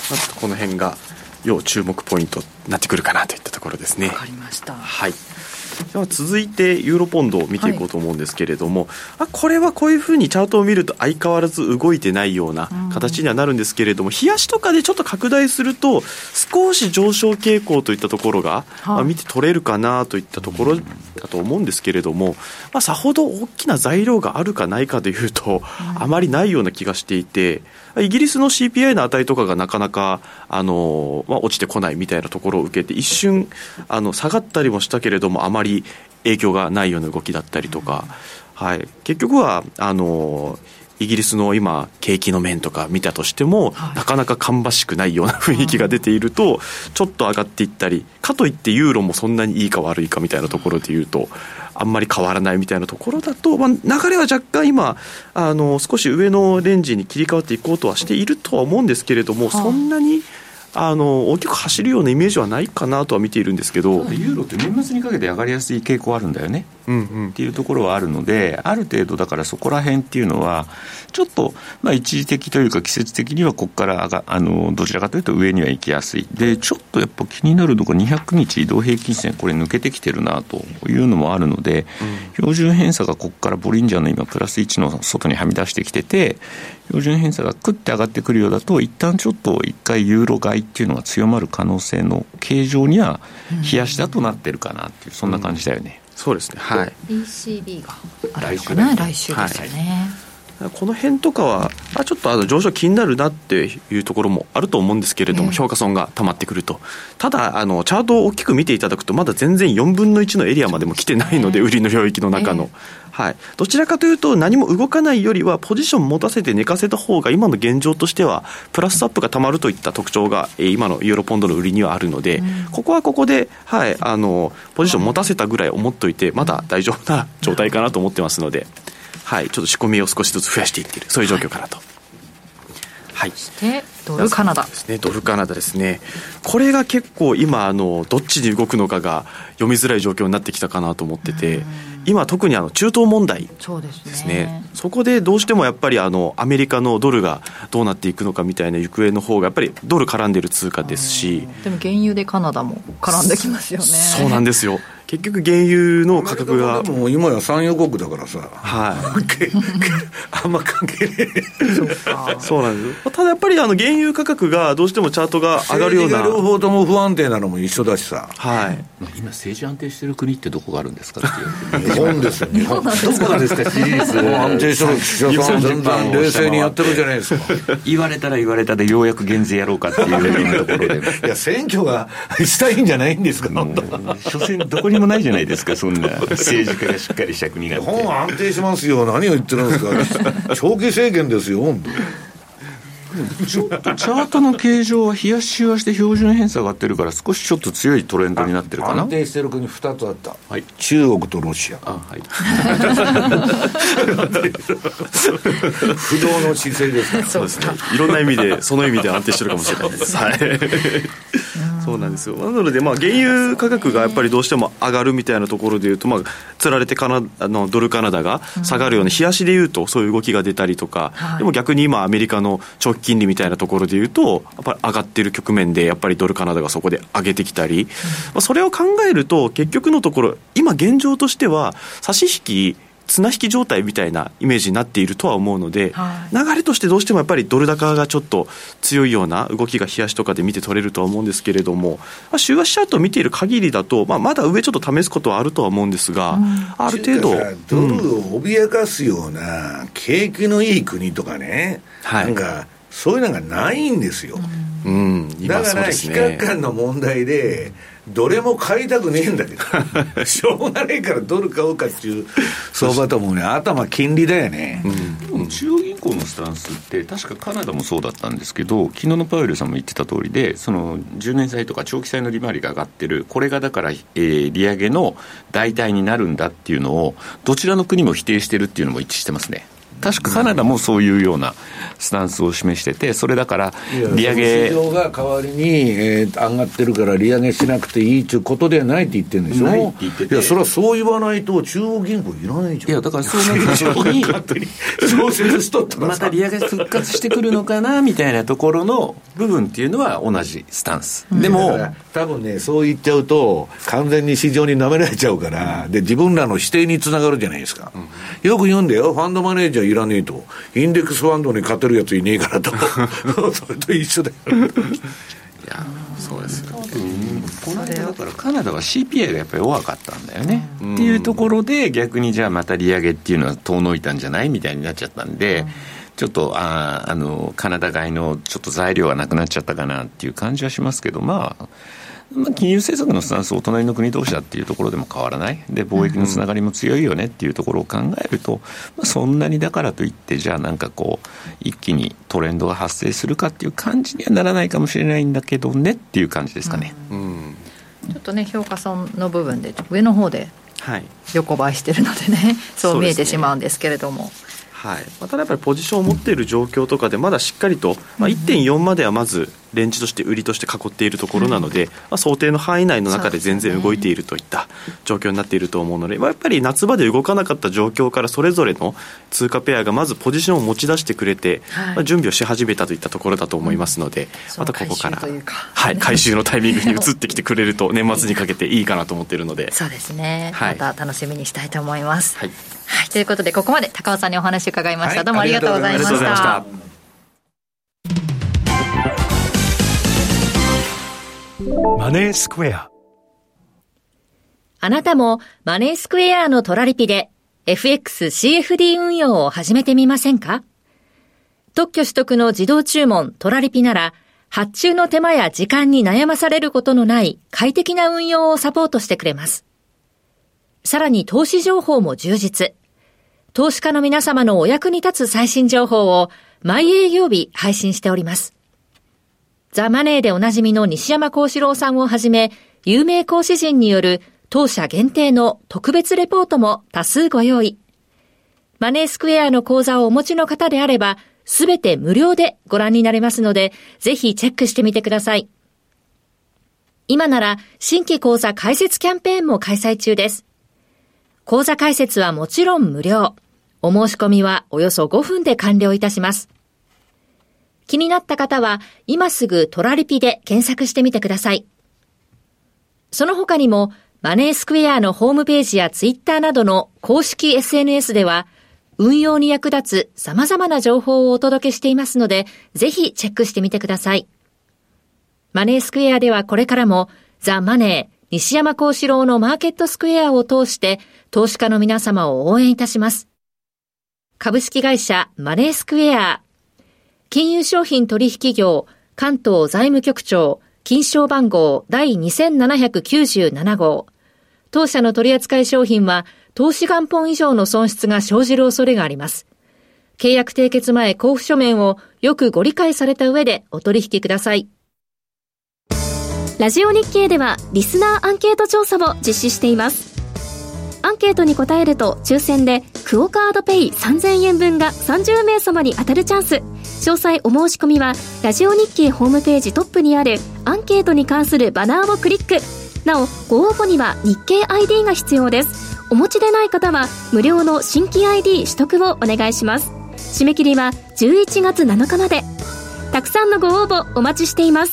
この辺が要注目ポイントになってくるかなといったところですね。 わかりました。 はい。では続いてユーロポンドを見ていこうと思うんですけれども、はい、あこれはこういうふうにチャートを見ると相変わらず動いてないような形にはなるんですけれども、冷やしとかでちょっと拡大すると少し上昇傾向といったところが、はいまあ、見て取れるかなといったところだと思うんですけれども、まあ、さほど大きな材料があるかないかでいうとあまりないような気がしていて、イギリスの シーピーアイ の値とかがなかなかあの、まあ、落ちてこないみたいなところを受けて一瞬あの下がったりもしたけれどもあまり影響がないような動きだったりとか、はい、結局はあのイギリスの今景気の面とか見たとしても、はい、なかなか芳しくないような雰囲気が出ているとちょっと上がっていったり、かといってユーロもそんなにいいか悪いかみたいなところでいうとあんまり変わらないみたいなところだと、まあ、流れは若干今あの少し上のレンジに切り替わっていこうとはしているとは思うんですけれども、はい、そんなにあの大きく走るようなイメージはないかなとは見ているんですけど、 ユーロって年末にかけて上がりやすい傾向あるんだよね、うんうん、っていうところはあるので、ある程度だからそこら辺っていうのはちょっと、まあ、一時的というか季節的にはここからがあのどちらかというと上には行きやすいで、ちょっとやっぱ気になるのがにひゃくにち移動平均線これ抜けてきてるなというのもあるので、うん、標準偏差がここからボリンジャーの今プラスいちの外にはみ出してきてて、標準偏差がクッて上がってくるようだと一旦ちょっと一回ユーロ買いっていうのが強まる可能性の形状には冷やしだとなってるかなっていう、そんな感じだよね、 うん、そうですね、はい、 イーシービー があるのかな、来週ですよね、 はい、この辺とかは、まあ、ちょっとあの上昇気になるなっていうところもあると思うんですけれども、評価損が溜まってくると、ただあのチャートを大きく見ていただくとまだ全然よんぶんのいちのエリアまでも来てないので、売りの領域の中の、はい、どちらかというと何も動かないよりはポジション持たせて寝かせた方が今の現状としてはプラスアップがたまるといった特徴が今のユーロポンドの売りにはあるので、うん、ここはここで、はい、あのポジション持たせたぐらい思っといてまだ大丈夫な状態かなと思ってますので、はい、ちょっと仕込みを少しずつ増やしていっている、そういう状況かなと。はい、 そしてドルカナダですね、ドルカナダですね、これが結構今あのどっちに動くのかが読みづらい状況になってきたかなと思ってて、今特にあの中東問題ですね、そうですね、そこでどうしてもやっぱりあのアメリカのドルがどうなっていくのかみたいな行方の方がやっぱりドル絡んでる通貨ですし、 でも原油でカナダも絡んできますよね。 そうなんですよ、結局原油の価格がでも今や産油国だからさ、 はいあんま関係ねえそうかそうなんです。ただやっぱりあの原油価格がどうしてもチャートが上がるような、 政治が両方とも不安定なのも一緒だしさ、 はい、今政治安定してる国ってどこがあるんですかっていう日本ですよ、日本どこですか、支持率安定してる岸田さん全然冷静にやってるじゃないですか言われたら言われたでようやく減税やろうかっていうようなところでいや選挙がしたいんじゃないんですか、 所詮どこにもないじゃないですか、そんな政治家がしっかりした国があって。 日本安定しますよ、何を言ってるんですか長期政権ですよ本当ちょっとチャートの形状は冷やしはして標準偏差が上がってるから少しちょっと強いトレンドになってるかな。 安定してる国ふたつあった、 はい、 中国とロシア、 あ、はい、 不動の姿勢ですから、 そうですね、いろんな意味でその意味で安定してるかもしれないですはいそうなんですよ。なのでまあ原油価格がやっぱりどうしても上がるみたいなところでいうと、まあつられてカナあのドルカナダが下がるような冷やしでいうとそういう動きが出たりとか、うん、でも逆に今アメリカの長期金利みたいなところでいうとやっぱり上がっている局面でやっぱりドルカナダがそこで上げてきたり、うんまあ、それを考えると結局のところ今現状としては差し引き綱引き状態みたいなイメージになっているとは思うので、はい、流れとしてどうしてもやっぱりドル高がちょっと強いような動きが冷やしとかで見て取れるとは思うんですけれども、まあ、週足チャートを見ている限りだと、まあ、まだ上ちょっと試すことはあるとは思うんですが、うん、ある程度ドルを脅かすような景気のいい国とかね、はい、なんかそういうのがないんですよ、 うんうん、 だから比較感の問題でどれも買いたくねえんだけどしょうがないからドル買おうかっていう相場ともね、頭金利だよね、 うん、中央銀行のスタンスって確かカナダもそうだったんですけど、昨日のパウエルさんも言ってた通りで、そのじゅうねん債とか長期債の利回りが上がってる、これがだから、えー、利上げの代替になるんだっていうのをどちらの国も否定してるっていうのも一致してますね。確かカナダもそういうようなスタンスを示してて、それだから利上げ市場が代わりに、えー、上がってるから利上げしなくていいということではないって言ってるんでしょ。ないって言ってて、いやそれはそう言わないと中央銀行いらないじゃん。 いやだからそうなった時に調整しとったらまた利上げ復活してくるのかなみたいなところの部分っていうのは同じスタンス、うん、でも多分ねそう言っちゃうと完全に市場に舐められちゃうから、うん、で自分らの指定につながるじゃないですか、うん、よく言うんだよ、ファンドマネージャーいらねえと、インデックスファンドに勝てるやついねえからとそれと一緒だよいやそうですよね、うん、この間だからカナダは シーピーアイ がやっぱり弱かったんだよね、うん、っていうところで逆にじゃあまた利上げっていうのは遠のいたんじゃないみたいになっちゃったんで、うん、ちょっとああのカナダ買いのちょっと材料がなくなっちゃったかなっていう感じはしますけど、まあまあ、金融政策のスタンスお隣の国同士だっていうところでも変わらないで、貿易のつながりも強いよねっていうところを考えると、まあ、そんなにだからといってじゃあなんかこう一気にトレンドが発生するかっていう感じにはならないかもしれないんだけどねっていう感じですかね、うんうん、 ちょっとね評価損の部分で上の方で横ばいしてるのでね、はい、そう見えてしまうんですけれども、 はい、まただやっぱりポジションを持っている状況とかでまだしっかりと、まあ、いってんよん まではまずレンジとして売りとして囲っているところなので、うんまあ、想定の範囲内の中で全然動いているといった状況になっていると思うので、まあ、やっぱり夏場で動かなかった状況からそれぞれの通貨ペアがまずポジションを持ち出してくれて、はいまあ、準備をし始めたといったところだと思いますので、うん、またここから、はい、回収のタイミングに移ってきてくれると年末にかけていいかなと思っているのでそうですね、はい、また楽しみにしたいと思います、はいはい、ということでここまで高尾さんにお話伺いました、はい、どうもありがとうございました。 マネースクエア。 あなたもマネースクエアのトラリピで エフエックスシーエフディー 運用を始めてみませんか？特許取得の自動注文トラリピなら発注の手間や時間に悩まされることのない快適な運用をサポートしてくれます。さらに投資情報も充実。投資家の皆様のお役に立つ最新情報を毎営業日配信しております。ザ・マネーでおなじみの西山幸四郎さんをはじめ、有名講師陣による当社限定の特別レポートも多数ご用意。マネースクエアの講座をお持ちの方であれば、すべて無料でご覧になれますので、ぜひチェックしてみてください。今なら新規講座開設キャンペーンも開催中です。講座開設はもちろん無料。お申し込みはおよそごふんで完了いたします。気になった方は今すぐトラリピで検索してみてください。その他にもマネースクエアのホームページやツイッターなどの公式 エスエヌエス では運用に役立つ様々な情報をお届けしていますので、ぜひチェックしてみてください。マネースクエアではこれからもザ・マネー西山幸四郎のマーケットスクエアを通して投資家の皆様を応援いたします。株式会社マネースクエア金融商品取引業関東財務局長金賞番号第にせんななひゃくきゅうじゅうなな号。当社の取扱い商品は投資元本以上の損失が生じる恐れがあります。契約締結前交付書面をよくご理解された上でお取引ください。 ラジオ日経ではリスナーアンケート調査を実施しています。アンケートに答えると抽選でクオカードペイさんぜんえん分がさんじゅうめいさまに当たるチャンス。詳細お申し込みはラジオ日経ホームページトップにあるアンケートに関するバナーをクリック。なおご応募には日経 アイディー が必要です。お持ちでない方は無料の新規 アイディー 取得をお願いします。締め切りはじゅういちがつなのかまで。たくさんのご応募お待ちしています。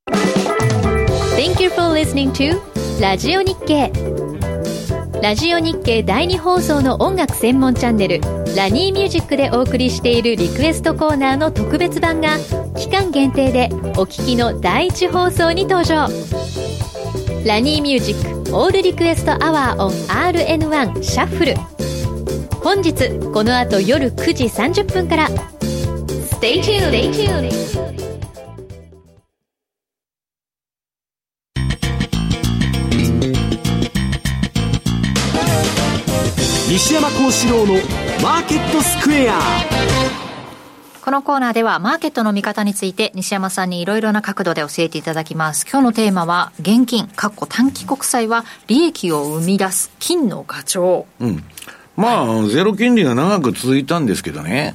Thank you for listening to ラジオ日経。ラジオ日経だいに放送の音楽専門チャンネルラニーミュージックでお送りしているリクエストコーナーの特別版が期間限定でお聞きのだいいち放送に登場。ラニーミュージックオールリクエストアワーオン アールエヌワン シャッフル。本日この後夜くじさんじゅっぷんから Stay tuned, Stay tuned. 西山幸四郎のマーケットスクエア。 このコーナーではマーケットの見方について西山さんにいろいろな角度で教えていただきます。今日のテーマは現金短期国債は利益を生み出す金のガチョウ。 うん、まあ、はい、ゼロ金利が長く続いたんですけどね、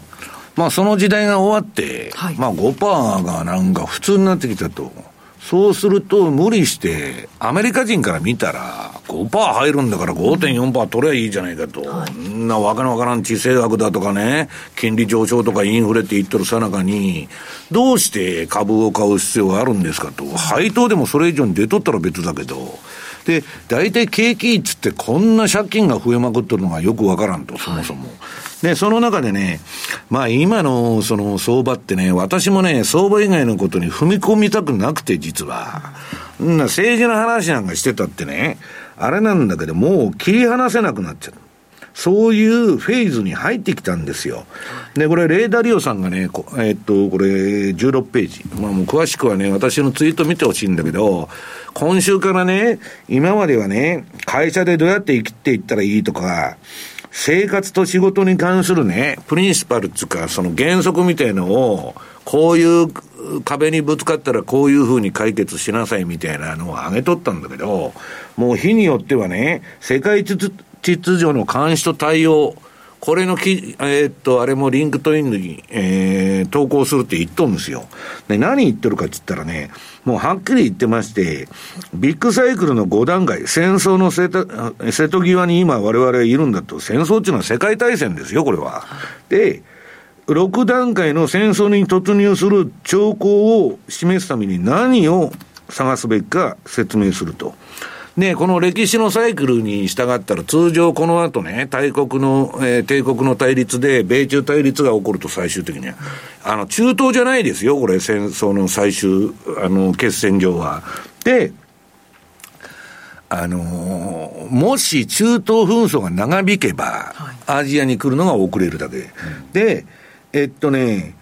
まあその時代が終わって、はい、まあ ごパーセント がなんか普通になってきたと。そうすると無理してアメリカ人から見たら ごパーセント 入るんだから ごてんよんパーセント 取ればいいじゃないかと、はい、んなわけのわからん地政学だとかね、金利上昇とかインフレって言ってるさなかにどうして株を買う必要があるんですかと。配当でもそれ以上に出とったら別だけど、で大体景気いいっつってこんな借金が増えまくってるのがよくわからんと、そもそも、はい、でその中でね、まあ今のその相場ってね、私もね相場以外のことに踏み込みたくなくて、実はんな政治の話なんかしてたってねあれなんだけど、もう切り離せなくなっちゃう、そういうフェーズに入ってきたんですよ。でこれレーダーリオさんがね、えー、っとこれじゅうろくページ、まあもう詳しくはね私のツイート見てほしいんだけど、今週からね、今まではね会社でどうやって生きていったらいいとか、生活と仕事に関するねプリンシパルっていうか、その原則みたいのをこういう壁にぶつかったらこういう風に解決しなさいみたいなのを挙げとったんだけど、もう日によってはね世界秩序の監視と対応、これのき、えー、っと、あれもリンクトインに、えー、投稿するって言っとるんですよ。で、何言ってるかって言ったらね、もうはっきり言ってまして、ビッグサイクルのご段階、戦争の瀬戸、瀬戸際に今我々いるんだと、戦争っていうのは世界大戦ですよ、これは。で、ろく段階の戦争に突入する兆候を示すために何を探すべきか説明すると。ね、この歴史のサイクルに従ったら通常この後ね、大国の、えー、帝国の対立で米中対立が起こると、最終的にはあの中東じゃないですよ、これ戦争の最終あの決戦場は。で、あのー、もし中東紛争が長引けば、はい、アジアに来るのが遅れるだけ、うん、でえっとね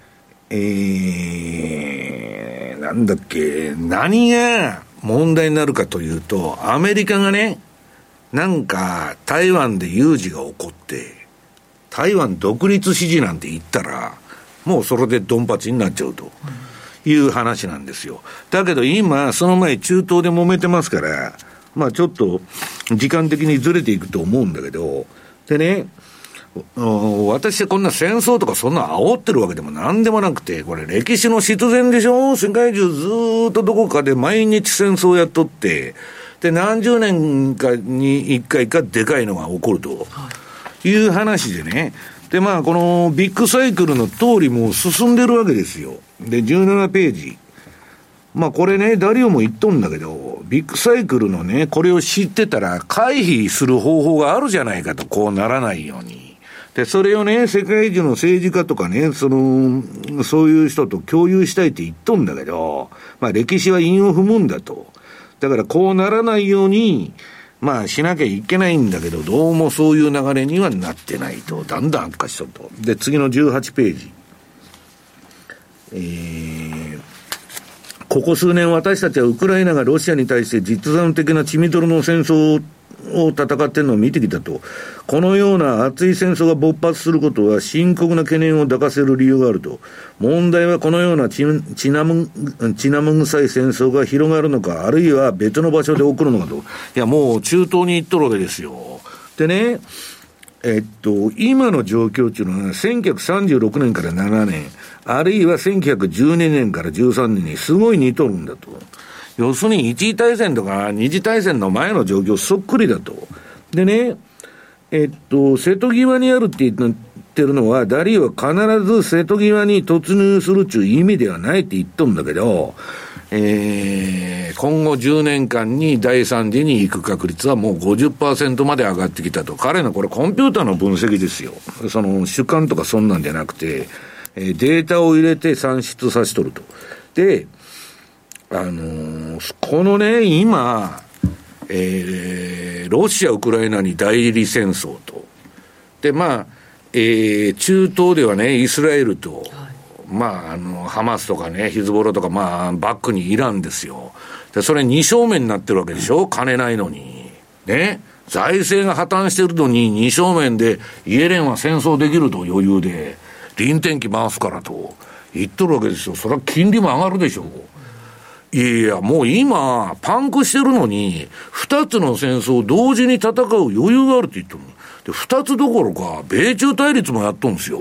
えー、なんだっけ、何が問題になるかというと、アメリカがね、なんか台湾で有事が起こって台湾独立支持なんて言ったらもうそれでドンパチになっちゃうという話なんですよ。だけど今その前中東で揉めてますから、まあちょっと時間的にずれていくと思うんだけど、でね、私はこんな戦争とかそんな煽ってるわけでもなんでもなくて、これ歴史の必然でしょ。世界中ずーっとどこかで毎日戦争やっとって、で何十年かに一回かでかいのが起こるという話でね。でまあこのビッグサイクルの通りもう進んでるわけですよ。でじゅうななページ、まあこれねダリオも言っとんだけど、ビッグサイクルのねこれを知ってたら回避する方法があるじゃないかと、こうならないように。でそれをね世界中の政治家とかね、そのそういう人と共有したいって言っとんだけど、まあ歴史は韻を踏むんだと。だからこうならないようにまあしなきゃいけないんだけど、どうもそういう流れにはなってないと、だんだん悪化しとると。で次のじゅうはちページ、えー、ここ数年私たちはウクライナがロシアに対して実弾的な血みどろの戦争を戦っているのを見てきたと。このような熱い戦争が勃発することは深刻な懸念を抱かせる理由があると。問題はこのような血なむ血なむ臭い戦争が広がるのか、あるいは別の場所で起こるのかと。いやもう中東に行っとるわけですよ。でね、えっと今の状況っていうのはせんきゅうひゃくさんじゅうろくねんからななねん、あるいはせんきゅうひゃくじゅうにねんからじゅうさんねんにすごい似とるんだと。要するに一次大戦とか二次大戦の前の状況そっくりだと。でね、えっと瀬戸際にあるって言ってるのは、ダリーは必ず瀬戸際に突入するという意味ではないって言っとるんだけど、えー、今後じゅうねんかんに第三次に行く確率はもう ごじゅっパーセント まで上がってきたと。彼のこれコンピューターの分析ですよ。その主観とかそんなんじゃなくて、えー、データを入れて算出させとると。であのー、このね今、えー、ロシアウクライナに代理戦争と、でまあ、えー、中東ではねイスラエルと、はい、まああのハマスとかねヒズボラとか、まあバックにイランですよ。でそれ二正面になってるわけでしょ、金ないのにね、財政が破綻してるのに二正面でイエレンは戦争できると余裕で臨転機回すからと言っとるわけですよ。それは金利も上がるでしょう。いやいや、もう今、パンクしてるのに、二つの戦争を同時に戦う余裕があるって言ってるの。で、二つどころか、米中対立もやっとるんですよ。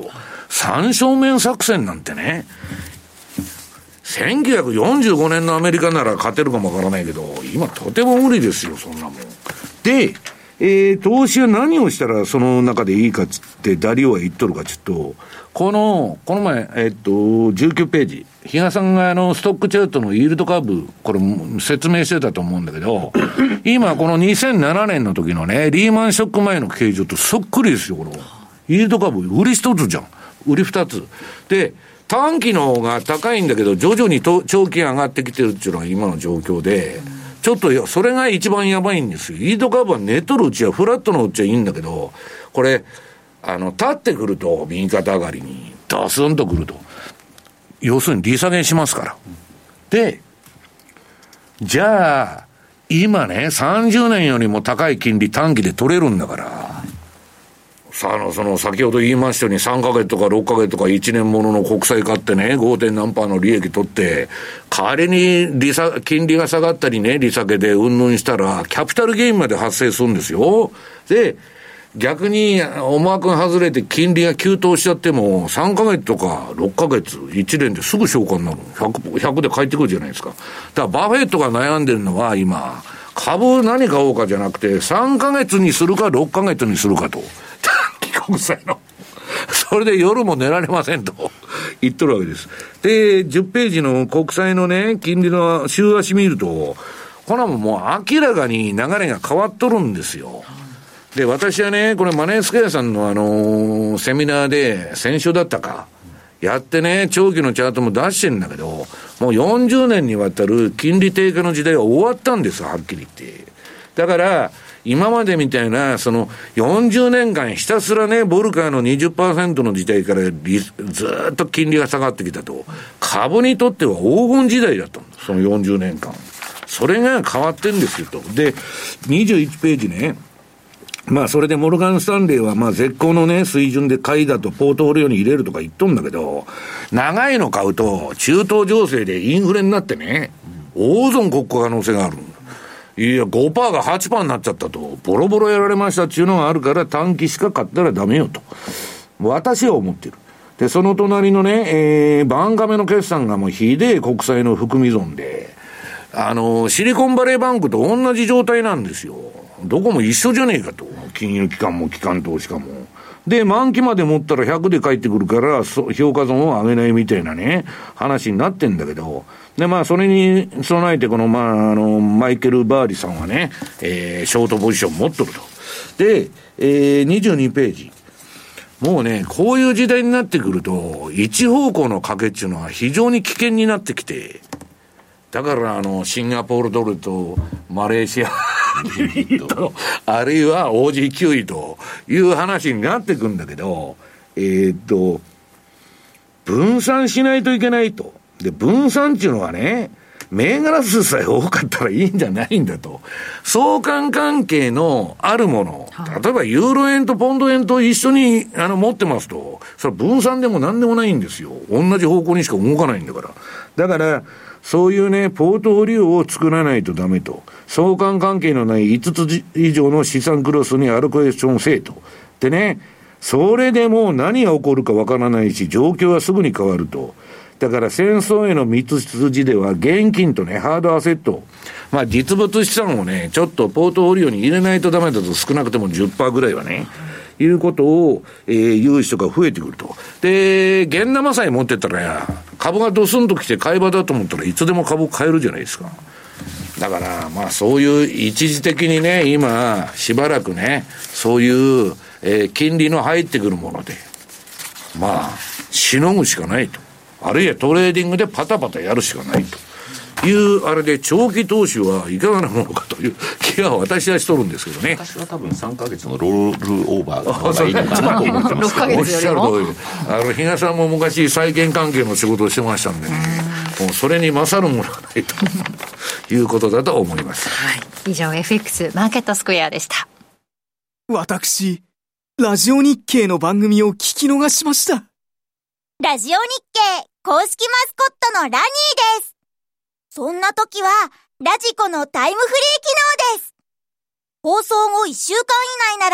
三正面作戦なんてね、せんきゅうひゃくよんじゅうごねんのアメリカなら勝てるかもわからないけど、今とても無理ですよ、そんなもん。で、えー、投資は何をしたらその中でいいかっつってダリオは言っとるかちょっと、この、この前、えー、っと、じゅうきゅうページ、比嘉さんがあの、ストックチャートのイールドカーブ、これ説明してたと思うんだけど、今このにせんななねんの時のね、リーマンショック前の形状とそっくりですよ、この。イールドカーブ、売り一つじゃん。売り二つ。で、短期の方が高いんだけど、徐々にと長期上がってきてるっていうのが今の状況で、ちょっとそれが一番やばいんですよ。イールドカーブは寝とるうちはフラットのうちはいいんだけど、これ、あの、立ってくると、右肩上がりに、ドスンとくると、要するに利下げしますから。で、じゃあ、今ね、さんじゅうねんよりも高い金利短期で取れるんだから、さあの、その、先ほど言いましたようにさんかげつとかろっかげつとかいちねんものの国債買ってね、ご. 点何パーの利益取って、代わりに利差、金利が下がったりね、利下げでうんぬんしたら、キャピタルゲインまで発生するんですよ。で、逆に思惑が外れて金利が急騰しちゃっても、さんかげつとかろっかげつ、いちねんですぐ消化になる。ひゃく、ひゃくで返ってくるじゃないですか。だからバフェットが悩んでるのは今、株何買おうかじゃなくて、さんかげつにするかろっかげつにするかと。短期国債の。それで夜も寝られませんと言っとるわけです。で、じゅっページの国債のね、金利の週足見ると、これはもう明らかに流れが変わっとるんですよ。で、私はね、これマネースクエアさんのあのー、セミナーで先週だったか、やってね、長期のチャートも出してんだけど、もうよんじゅうねんにわたる金利低下の時代は終わったんですよ、はっきり言って。だから、今までみたいな、そのよんじゅうねんかんひたすらね、ボルカーの にじゅっパーセント の時代からずーっと金利が下がってきたと。株にとっては黄金時代だったんだ、そのよんじゅうねんかん。それが変わってんですよと。で、にじゅういちページね。まあそれでモルガン・スタンレーはまあ絶好のね水準で買いだとポートフォリオに入れるとか言っとんだけど、長いの買うと中東情勢でインフレになってね、大損国家可能性がある。いや ごパーセント が はちパーセント になっちゃったと、ボロボロやられましたっていうのがあるから短期しか買ったらダメよと私は思ってる。でその隣のね、えー、バンカメの決算がもうひでえ国債の含み損で、あのシリコンバレーバンクと同じ状態なんですよ。どこも一緒じゃねえかと。金融機関も機関投資家も。で、満期まで持ったらひゃくで返ってくるから、評価損を上げないみたいなね、話になってんだけど、で、まあ、それに備えて、この、まあ、あの、マイケル・バーリさんはね、えー、ショートポジション持っとると。で、えー、にじゅうにページ。もうね、こういう時代になってくると、一方向の賭けっていうのは非常に危険になってきて、だからあのシンガポールドルとマレーシアとあるいは オージー キウイという話になってくんだけど、えー、っと分散しないといけないと。で分散っていうのはね、銘柄数さえ多かったらいいんじゃないんだと。相関関係のあるもの、例えばユーロ円とポンド円と一緒にあの持ってますと、それ分散でも何でもないんですよ。同じ方向にしか動かないんだから。だからそういうね、ポートフォリオを作らないとダメと。相関関係のないいつつ以上の資産クロスにアロケーションせえと。でね、それでもう何が起こるかわからないし、状況はすぐに変わると。だから戦争への道筋では現金とね、ハードアセット。まあ実物資産をね、ちょっとポートフォリオに入れないとダメだと、少なくても じゅっパーセント ぐらいはね、いうことを、えー、融資とか増えてくると。で、現生さえ持ってったら、株がドスンと来て買い場だと思ったらいつでも株買えるじゃないですか。だから、まあそういう一時的にね、今、しばらくね、そういう、えー、金利の入ってくるもので、まあ、しのぐしかないと。あるいはトレーディングでパタパタやるしかないと。いうあれで長期投資はいかがなものかという気は私はしとるんですけどね。 私は多分さんかげつのロールオーバーが方がいいのかなと思ってますおっしゃる通り。あの比嘉さんも昔債券関係の仕事をしてましたんでね、もうそれに勝るものがないということだと思います。 はい、以上 エフエックス マーケットスクエアでした。 私ラジオ日経の番組を聞き逃しました。 ラジオ日経公式マスコットのラニーです。そんな時は、ラジコのタイムフリー機能です。放送後いっしゅうかん以内なら、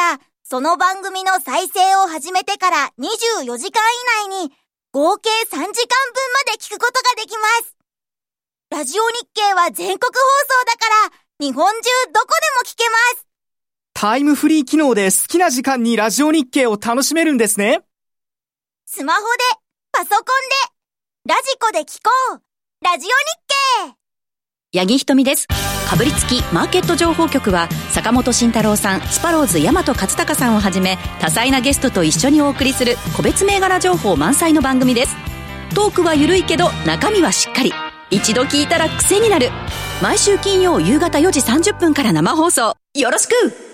その番組の再生を始めてからにじゅうよじかん以内に合計さんじかんぶんまで聞くことができます。ラジオ日経は全国放送だから日本中どこでも聞けます。 タイムフリー機能で好きな時間にラジオ日経を楽しめるんですね。 スマホで、パソコンで、ラジコで聞こう。ラジオ日経。 八木ひとみです。かぶりつきマーケット情報局は坂本慎太郎さん、スパローズ大和勝孝さんをはじめ多彩なゲストと一緒にお送りする個別銘柄情報満載の番組です。トークは緩いけど中身はしっかり、一度聞いたら癖になる。毎週金曜夕方よじさんじゅっぷんから生放送、よろしく。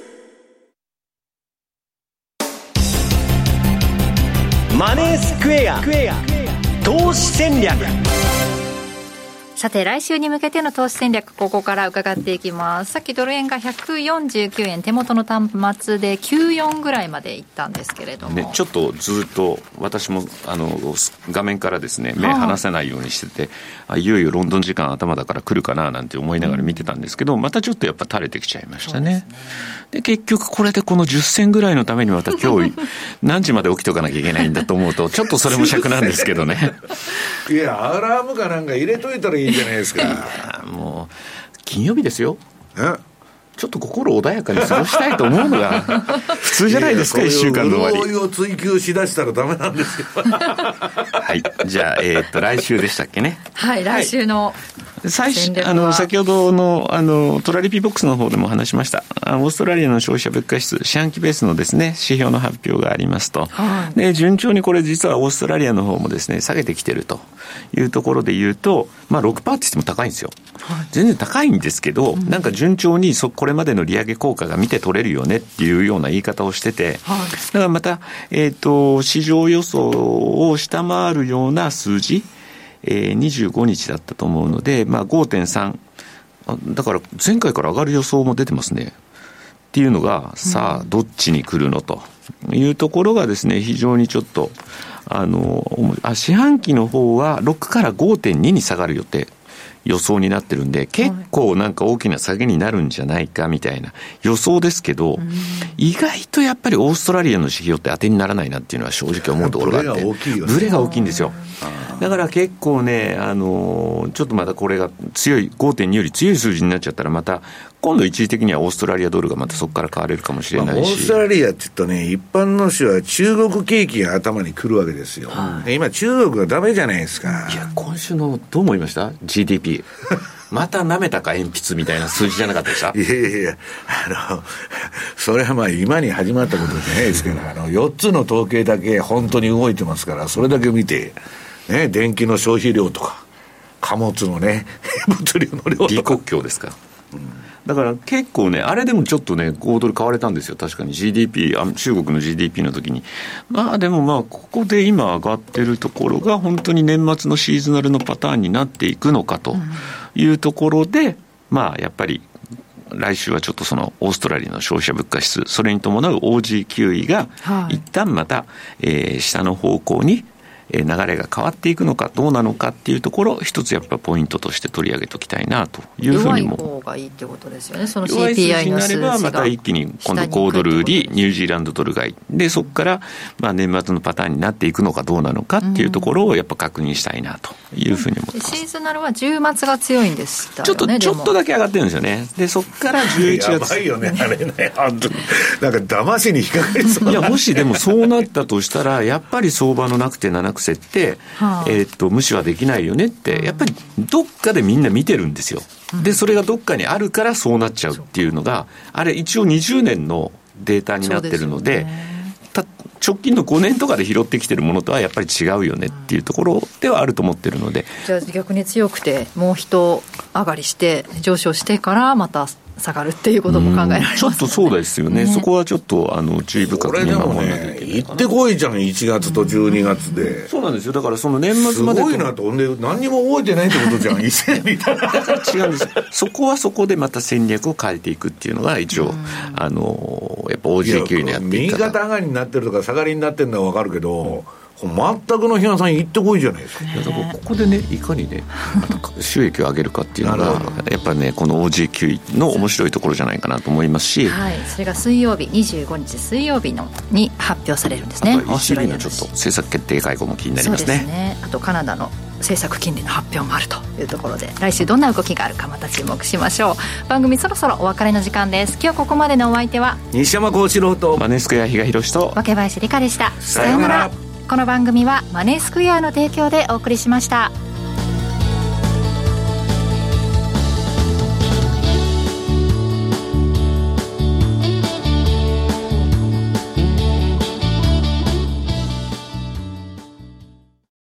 マネースクエア投資戦略。 さて来週に向けての投資戦略、ここから伺っていきます。さっきドル円がひゃくよんじゅうきゅうえん、手元の端末できゅうじゅうよんぐらいまでいったんですけれども、 ね、ちょっとずっと私もあの画面からですね目離せないようにしてて、あいよいよロンドン時間頭だから来るかななんて思いながら見てたんですけど、うん、またちょっとやっぱ垂れてきちゃいましたね。で結局これでこのじゅっ銭ぐらいのためにまた今日何時まで起きとかなきゃいけないんだと思うとちょっとそれも尺なんですけどねいやアラームかなんか入れといたらいいじゃないですかもう金曜日ですよ。えちょっと心穏やかに過ごしたいと思うのが普通じゃないですか。いっしゅうかんの終わり。 潤いを追求しだしたらダメなんですよはいじゃあ、えー、っと来週でしたっけね。 はい来週の、 最初あの先ほど の, あのトラリピボックスの方でも話しました。オーストラリアの消費者物価指数四半期ベースのですね指標の発表がありますと、はい、で順調にこれ実はオーストラリアの方もですね下げてきてるというところで言うと、まあ ろくパーセント って言っても高いんですよ、はい、全然高いんですけど、うん、なんか順調にそこれまでの利上げ効果が見て取れるよねっていうような言い方をしてて、はい、だからまた、えーと、市場予想を下回るような数字、えー、にじゅうごにちだったと思うので、まあ、ごてんさん だから前回から上がる予想も出てますねっていうのが、さあどっちに来るのというところがですね非常にちょっとあのあ四半期の方はろくから ごてんに に下がる予定予想になってるんで、結構なんか大きな下げになるんじゃないかみたいな予想ですけど、意外とやっぱりオーストラリアの指標って当てにならないなっていうのは正直思うところがあって、ブレが大きいんですよ。だから結構ね、あのー、ちょっとまたこれが強い ごてんに より強い数字になっちゃったら、また今度一時的にはオーストラリアドルがまたそこから買われるかもしれないし、まあ、 オーストラリアって言ったね、一般の人は中国景気が頭に来るわけですよ、はい、今中国がダメじゃないですか。 いや今週のどう思いました ジーディーピー また舐めたか鉛筆みたいな数字じゃなかったでした？ いやいやいや、あのそれはまあ今に始まったことじゃないですけど、あのよっつの統計だけ本当に動いてますから、それだけ見て、ね、電気の消費量とか貨物のね物流の量とか、 李克強ですか、うん、だから結構ね、あれでもちょっとねごドル買われたんですよ。確かに ジーディーピー、あ中国の ジーディーピー の時に。まあでもまあここで今上がってるところが本当に年末のシーズナルのパターンになっていくのかというところで、うん、まあやっぱり来週はちょっとそのオーストラリアの消費者物価指数、それに伴う オージーキューイー が一旦また、えー、下の方向に流れが変わっていくのかどうなのかっていうところ、一つやっぱポイントとして取り上げておきたいなというふうにも。 弱い方がいいってことですよね。その シーピーアイ の数字が弱い数字になればまた一気に今度ごドル売りニュージーランドドル買いで、そこからまあ年末のパターンになっていくのかどうなのかっていうところをやっぱ確認したいなというふうに思ってます。 シーズナルはじゅう末が強いんですちょっとちょっとだけ上がってるんですよね。でそこからじゅういちがつやばいよねあれね、本当になんか騙しに引っかかりそう。 いやもしでもそうなったとしたらやっぱり相場のなくて七癖ってはあ、えー、っと無視はできないよねってやっぱりどっかでみんな見てるんですよ。でそれがどっかにあるからそうなっちゃうっていうのが、あれ一応にじゅうねんのデータになってるので、た直近のごねんとかで拾ってきてるものとはやっぱり違うよねっていうところではあると思ってるので、 じゃあ逆に強くてもう一上がりして上昇してからまた下がるっていうことも考えられます、ね、 ちょっとそうですよね、ね。そこはちょっとあの注意深く見守らなきゃいけないかな。 行ってこいじゃんいちがつとじゅうにがつで、 うん、そうなんですよ。だからその年末まですごいなと。んで何にも覚えてないってことじゃんいちねんみたいな。 だから違うんですよ。そこはそこでまた戦略を変えていくっていうのが一応、うん、あのやっぱ オージーキューイー のやっていく右肩上がりになってるとか下がりになってるのは分かるけど、うん、 全くの比嘉さん行ってこいじゃないですか。 いやだからここでねいかにね収益を上げるかっていうのがやっぱりねこの オージーキューイー の面白いところじゃないかなと思いますし、 はい、それが水曜日にじゅうごにち水曜日のに発表されるんですね。 あと イーシービー のちょっと政策決定会合も気になりますね。 そうですね。あとカナダの政策金利の発表もあるというところで来週どんな動きがあるかまた注目しましょう。番組そろそろお別れの時間です。今日ここまでのお相手は西山幸四郎とマネースクエア比嘉宏と若林理香でした。 さようなら。 この番組はマネースクエアの提供でお送りしました。